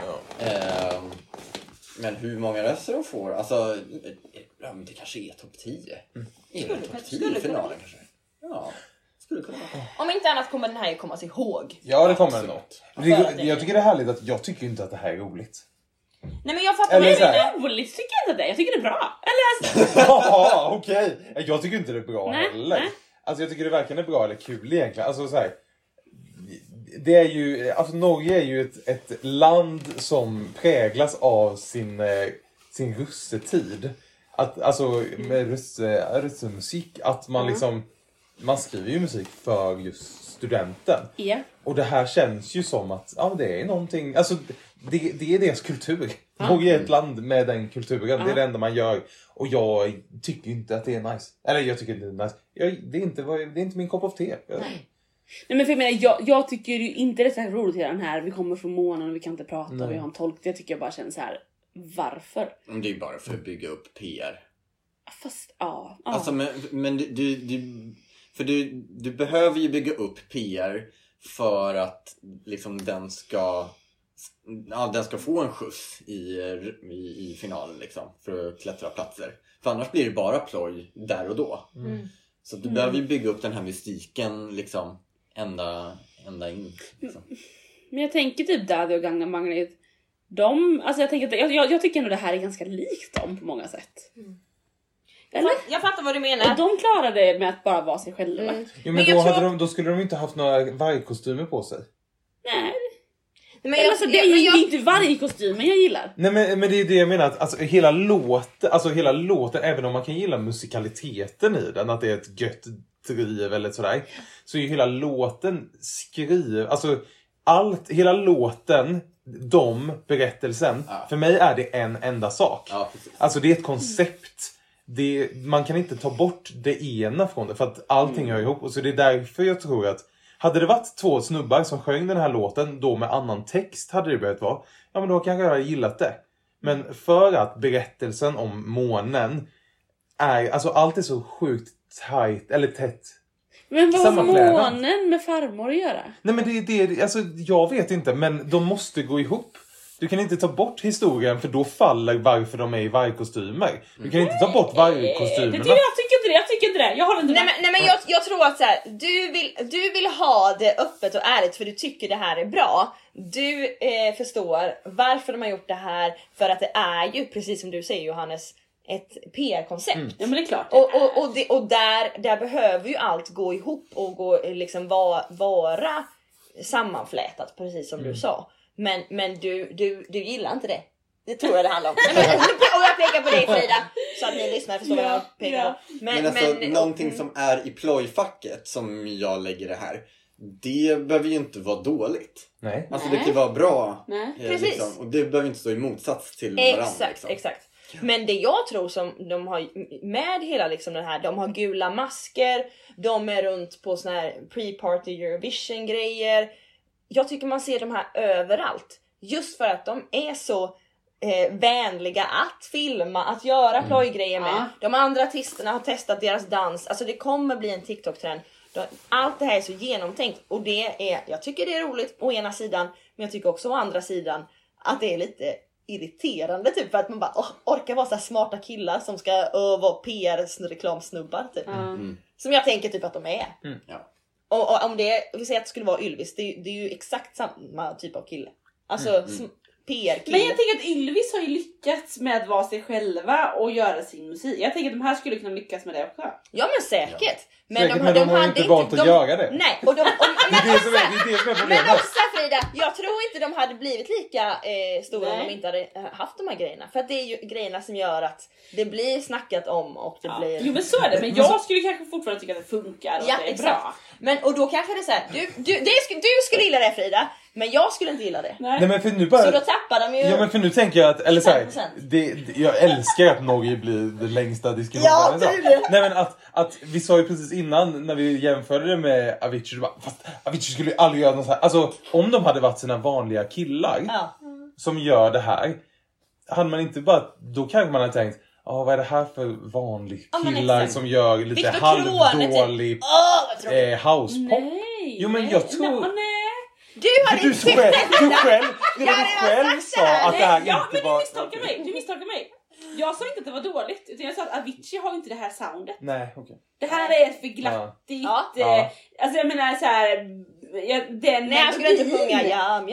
Men hur många röster de får, alltså det kanske är topp 10. Är det topp 10 i finalen kanske? Ja, skulle kunna vara. Om inte annat kommer den här ju komma sig ihåg. Ja, det kommer den nog. Jag tycker det är härligt att jag tycker inte att det här är roligt. Nej, men jag fattar inte. Det är roligt, tycker jag inte det. Jag tycker det är bra. Eller ja, okej. Jag tycker inte det är bra heller. Alltså jag tycker det varken är bra eller kul egentligen. Alltså så här, det är ju, alltså Norge är ju ett land som präglas av sin russetid. Alltså med russemusik, att man liksom, man skriver ju musik för just studenten. Yeah. Och det här känns ju som att det är någonting, alltså det är deras kultur. Norge är ett land med den kulturen, det är det enda man gör. Och jag tycker inte att det är nice. Eller jag tycker inte det är nice. Det är inte min kopp av te. Nej, men för jag menar, jag tycker ju inte det är så roligt i den här. Vi kommer från månen och vi kan inte prata och vi har en tolk. Det tycker jag bara känns så här. Varför? Det är ju bara för att bygga upp PR. Fast, ja. Alltså, men du behöver ju bygga upp PR för att liksom den ska få en skjuts i finalen liksom, för att klättra platser. För annars blir det bara ploj där och då. Så du behöver ju bygga upp den här mystiken liksom ända in. Liksom. Men jag tänker typ Daddy och Gangnam Magnet. Alltså jag tycker ändå det här är ganska likt dem på många sätt. Eller? Jag fattar vad du menar. De klarade det med att bara vara sig själva. Jo, men då skulle de inte haft några vargkostymer på sig. Nej. Men det är inte varje kostymen jag gillar. Nej, men det är det jag menar, att alltså, hela låten, även om man kan gilla musikaliteten i den, att det är ett gött driv eller sådär, så är ju hela låten hela låten, berättelsen, för mig är det en enda sak. Alltså det är ett koncept. Man kan inte ta bort det ena från det, för att allting hör ihop. Och så det är därför jag tror att hade det varit 2 snubbar som sjöng den här låten då med annan text, hade det behövt vara, ja men då kanske jag hade gillat det. Men för att berättelsen om månen är, alltså allt är så sjukt tight eller tätt. Men vad har månen med farmor att göra? Nej, men det alltså jag vet inte, men de måste gå ihop. Du kan inte ta bort historien, för då faller varför de är i vargkostymer. Du kan inte ta bort vargkostymerna. Jag tycker inte det. Jag håller inte med. Nej, men jag tror att så här, du vill ha det öppet och ärligt för du tycker det här är bra. Du förstår varför de har gjort det här, för att det är ju, precis som du säger Johannes, ett PR-koncept. Ja, men det är klart. Och där behöver ju allt gå ihop och liksom vara sammanflätat, precis som du sa. Men du gillar inte det. Det tror jag det handlar om. Och jag pekar på dig, Frida, så att ni lyssnar förstår vad jag pekar på. Men någonting som är i plojfacket, som jag lägger det här, det behöver ju inte vara dåligt. Nej. Alltså det kan vara bra. Precis. Liksom, och det behöver inte stå i motsats till varandra. Exakt. Men det jag tror som de har med hela liksom den här, de har gula masker, de är runt på såna här pre-party Eurovision grejer. Jag tycker man ser de här överallt. Just för att de är så vänliga att filma, att göra plojgrejer med. De andra artisterna har testat deras dans. Alltså det kommer bli en TikTok-trend. Allt det här är så genomtänkt. Och jag tycker det är roligt å ena sidan, men jag tycker också å andra sidan att det är lite irriterande typ, för att man bara orkar vara så här smarta killar som ska vara PR-reklamsnubbar typ. Som jag tänker typ att de är. Ja. Och om det, vi säger att det skulle vara Ylvis, det är ju exakt samma typ av kille. Alltså PR-kille. Men jag tänker att Ylvis har ju lyckats med att vara sig själva och göra sin musik. Jag tänker att de här skulle kunna lyckas med det också. Ja men säkert. Ja. Men de har inte valt att göra det. Nej, och det är det som är problemet. Men också Frida, jag tror inte de hade blivit lika stora om de inte hade haft de här grejerna. För att det är ju grejerna som gör att det blir snackat om och det blir... Jo men så är det, men jag skulle kanske fortfarande tycka att det funkar och det är bra. Men och då kanske det är så här, du skulle gilla det Frida, men jag skulle inte gilla det. Nej men för nu bara... Så då tappar de ju... Ja men för nu tänker jag att, eller så här, jag älskar att Norge blir det längsta diskussionen. Ja, tydligen. Nej men att vi sa ju precis innan när vi jämförde det med Avicii, fast Avicii skulle ju aldrig göra något så här. Alltså om de hade varit sina vanliga killar som gör det här, hade man inte bara, då kanske man hade tänkt, vad är det här för vanlig killar som gör lite halvdålig housepop? Nej. Jo men jag tror... Du hade Du själv sa att det här inte var... Du misstolkar mig. Jag sa inte att det var dåligt, utan jag sa att Avicii har inte det här soundet. Nej, okej. Det här är ett för glattigt. Alltså jag menar så här, nej, jag skulle inte sjunga jam.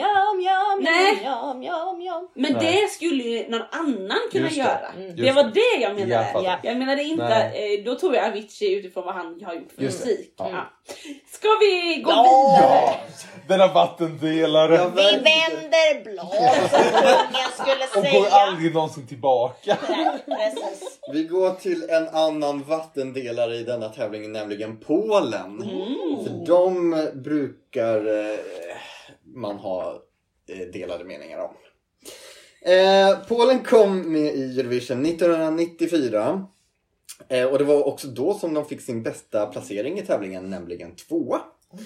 Men det skulle ju någon annan kunna göra. Det var det jag menade. Jag menade inte, då tog jag Avicii utifrån vad han har gjort för musik. Ska vi gå vidare? Ja, denna vattendelare. Vi vänder blad som kungen skulle säga. Och går aldrig någonsin tillbaka. Precis. Vi går till en annan vattendelare i denna tävling, nämligen Polen. För de brukar man ha delade meningar om. Polen kom med i Eurovision 1994. Och det var också då som de fick sin bästa placering i tävlingen, nämligen 2.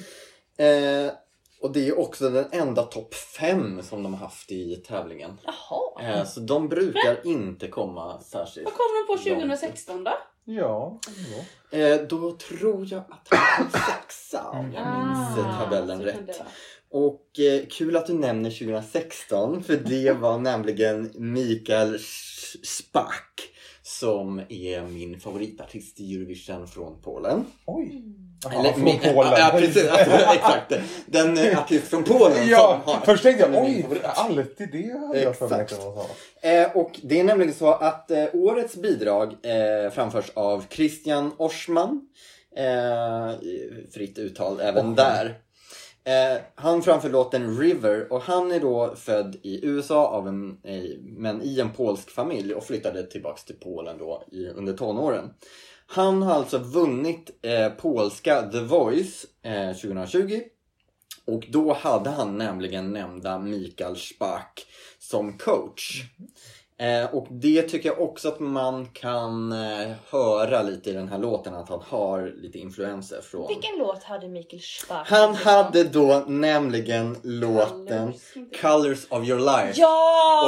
Och det är också den enda topp 5 som de har haft i tävlingen. Jaha. Så de brukar inte komma särskilt. Vad kommer de på 2016 då? Ja. Då tror jag att han kom 6 om jag minns tabellen rätt. Och kul att du nämner 2016, för det var nämligen Mikael Spack som är min favoritartist i Eurovision från Polen. Oj. Eller från Polen. Ja, precis. Exakt. Den artist från Polen som har... Först tänkte jag, alltid det hade jag för mig. Och det är nämligen så att årets bidrag framförs av Christian Orsman. Fritt uttal även där. Han framför låten River, och han är då född i USA men i en polsk familj och flyttade tillbaks till Polen då under tonåren. Han har alltså vunnit polska The Voice 2020, och då hade han nämligen nämnda Mikael Spack som coach. Och det tycker jag också att man kan höra lite i den här låten, att han har lite influenser från... Vilken låt hade Mikael Spack? Han hade då nämligen låten Colors of Your Life. Ja!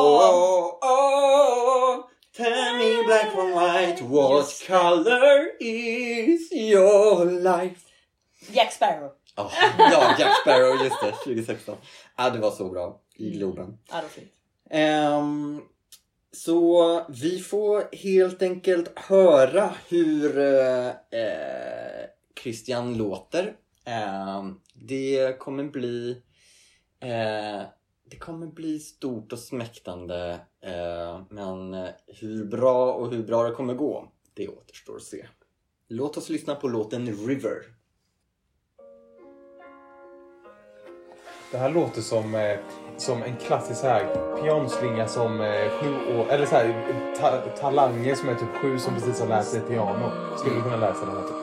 Oh, tell me black and white, what color is your life? Jack Sparrow. Ja, Jack Sparrow, just det, 2016. Det var så bra i Globen. Ja, det var fint. Så vi får helt enkelt höra hur Christian låter. Det kommer bli stort och smäktande, men hur bra det kommer gå, det återstår att se. Låt oss lyssna på låten River. Det här låter som en klassisk här pianoslinga som 7 år, eller så här talanger som är typ 7 som precis har lärt sig piano skulle kunna läsa den här typ.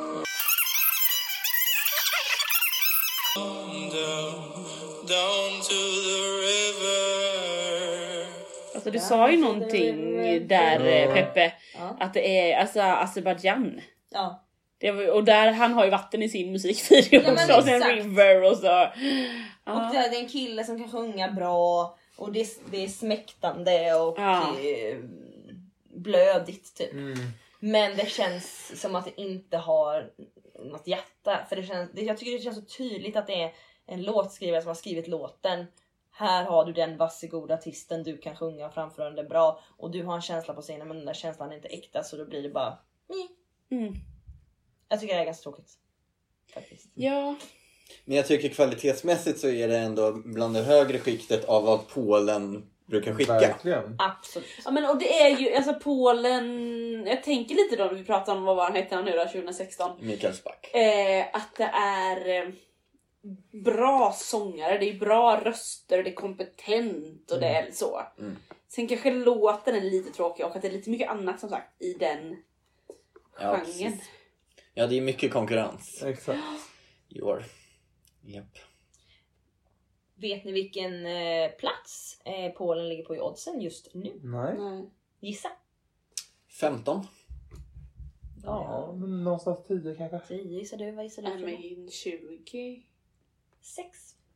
Down to the river. Alltså du sa ju någonting där Peppe, att det är alltså Azerbaijan. Ja. Och där han har ju vatten i sin musikvideo också, och sen River och så. Och det är en kille som kan sjunga bra, och det är smäktande och blödigt typ. Men det känns som att det inte har något hjärta, för jag tycker det känns så tydligt att det är en låtskrivare som har skrivit låten. här har du den varsågoda artisten, du kan sjunga och framföra den bra. Och du har en känsla på scenen, men den där känslan är inte äkta, så då blir det bara... Jag tycker det är ganska tråkigt. Faktiskt. Ja. Men jag tycker kvalitetsmässigt så är det ändå bland det högre skiktet av vad Polen brukar skicka. Verkligen. Absolut. Ja, men och det är ju, alltså Polen, jag tänker lite då när vi pratar om vad han hette nu då, 2016. Mikael Spack. Att det är bra sångare, det är bra röster, det är kompetent och det är så. Sen kanske låten är lite tråkig och att det är lite mycket annat som sagt i den genren. Precis. Ja, det är mycket konkurrens. Exakt. I år. Japp. Vet ni vilken plats Polen ligger på i oddsen just nu? Nej. Gissa. 15. Ja, men någonstans 10 kanske. 10 gissar du, vad gissar du? Men 20. 6.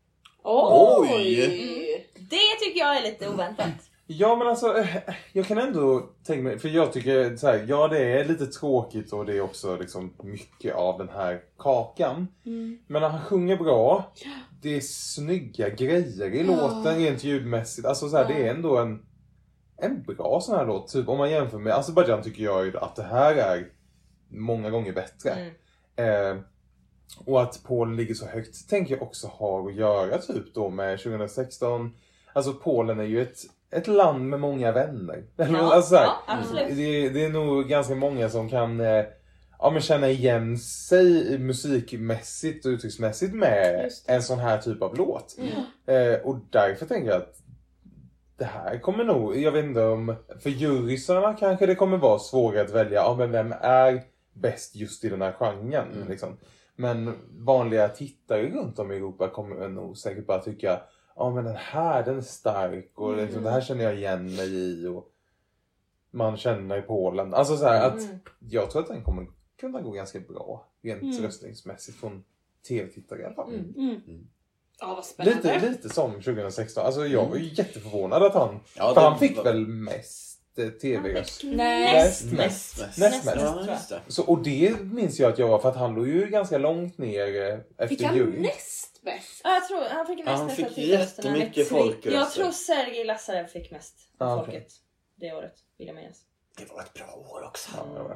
Oj! Det tycker jag är lite oväntat. Ja, men alltså, jag kan ändå tänka mig, för jag tycker så här, ja det är lite tråkigt och det är också liksom mycket av den här kakan. Men när han sjunger bra, det är snygga grejer i låten rent ljudmässigt. Alltså så här, det är ändå en bra sån här låt. Typ om man jämför med Azerbaijan tycker jag ju att det här är många gånger bättre. Och att Polen ligger så högt tänker jag också har att göra typ då med 2016. Alltså Polen är ju ett land med många vänner. Alltså, absolut. Det är nog ganska många som kan men känna igen sig musikmässigt och uttrycksmässigt med en sån här typ av låt. Och därför tänker jag att det här kommer nog, jag vet inte om, för jurysarna kanske det kommer vara svårare att välja, men vem är bäst just i den här genren liksom. Men vanliga tittare runt om i Europa kommer nog säkert bara tycka men den är stark och liksom, det här känner jag igen mig i och man känner i Polen. Alltså så här att jag tror att den kommer kunna gå ganska bra rent röstningsmässigt från tv-tittare i alla fall. Ja, vad spännande. Lite som 2016. Alltså jag var ju jätteförvånad att han Ja, han fick väl mest tv-röst. Näst mest. Så, och det minns jag att jag var för att han låg ju ganska långt ner efter juryn. Näst bäst? Ja, jag tror han fick mest. Han fick jättemycket folkröster. Jag tror Sergej Lazarev fick mest av Okay. folket det året, vill jag minnas. Det var ett bra år också.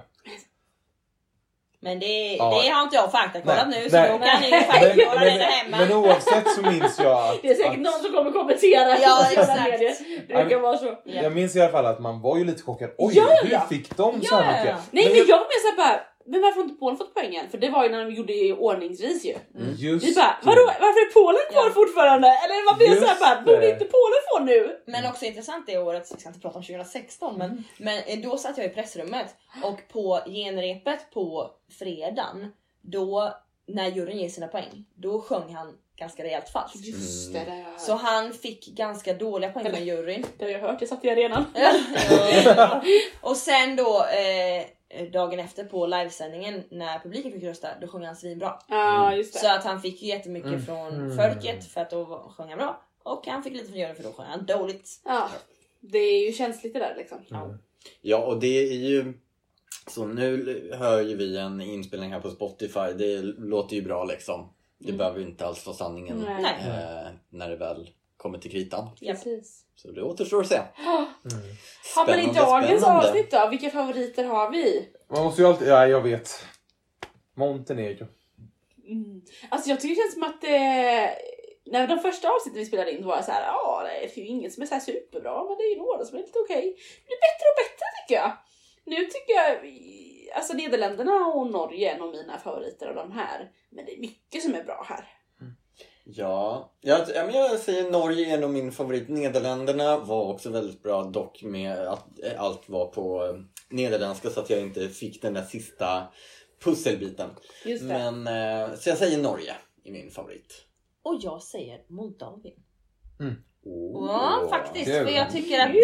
Men det har inte jag faktakollat nu, så Nej. då kan ni ju faktiskt göra det där hemma. Men oavsett så minns jag att... Det är säkert någon som kommer kommentera. Ja, på exakt. medier. Det kan vara så. Jag minns i alla fall att man var ju lite chockad. Oj, hur fick de så här mycket? Nej, men jag var med såhär bara, men varför har inte Polen fått poängen? För det var ju när de gjorde i ordningsvis ju. Just Vi bara, vadå, varför är Polen kvar fortfarande? Eller man blir såhär bara, borde inte Polen få nu? Men också intressant det året, jag ska inte prata om 2016, men då satt jag i pressrummet och på genrepet på fredagen, då när juryn ger sina poäng, då sjöng han ganska rejält falskt. Just det. Så han fick ganska dåliga poäng med juryn. Det har jag hört, jag satt i arenan. Och sen då dagen efter på livesändningen när publiken fick rösta, då sjöng han svinbra. Ja, just det. Så att han fick jättemycket från folket för att då sjöng han bra. Och han fick lite från juryn för då sjöng han dåligt. Ja, det är ju känsligt det där liksom. Ja, och det är ju... Så nu hör ju vi en inspelning här på Spotify. Det låter ju bra liksom. Det behöver inte alls vara sanningen när det väl kommer till kritan. Precis. Så det återstår att se. Ja, men i dagens avsnitt då, vilka favoriter har vi? Man måste ju alltid... Ja, jag vet. Montenegro. Alltså jag tycker det känns som att när de första avsnitten vi spelade in då var jag så här, det är ju inget som är så här superbra, men det är ju några som är lite okej. Det blir bättre och bättre tycker jag. Nu tycker jag, alltså Nederländerna och Norge är nog mina favoriter av de här. Men det är mycket som är bra här. Ja, jag säger Norge är nog min favorit. Nederländerna var också väldigt bra, dock med att allt var på nederländska så att jag inte fick den där sista pusselbiten. Just det. Men, så jag säger Norge är min favorit. Och jag säger Moldavien. Oh. Ja, faktiskt. Kul. För jag tycker att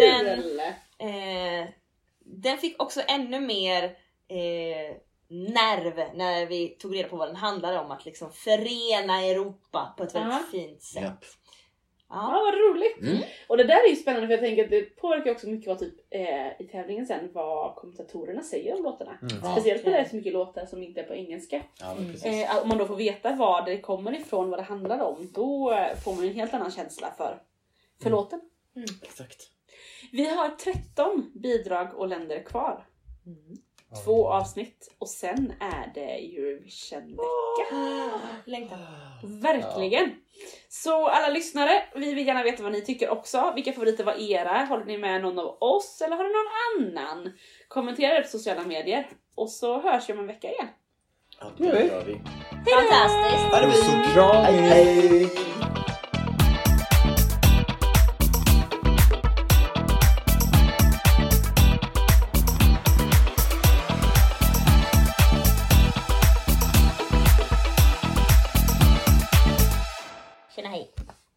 den fick också ännu mer nerv när vi tog reda på vad den handlade om. Att liksom förena Europa på ett väldigt fint sätt. Japp. Ja, vad roligt. Och det där är ju spännande för jag tänker att det påverkar också mycket vad typ i tävlingen sen vad kommentatorerna säger om låtarna. Speciellt när det är så mycket låtar som inte är på engelska. Ja, precis. Om man då får veta var det kommer ifrån, vad det handlar om, då får man en helt annan känsla för Förlåten. Exakt. Vi har 13 bidrag och länder kvar. 2 avsnitt och sen är det Eurovision-vecka. Längtar. Verkligen. Så alla lyssnare, vi vill gärna veta vad ni tycker också. Vilka favoriter var era? Håller ni med någon av oss eller har ni någon annan? Kommentera det på sociala medier. Och så hörs vi om en vecka igen. Ja, det gör vi. Fantastiskt. Ha det Så bra. Hej.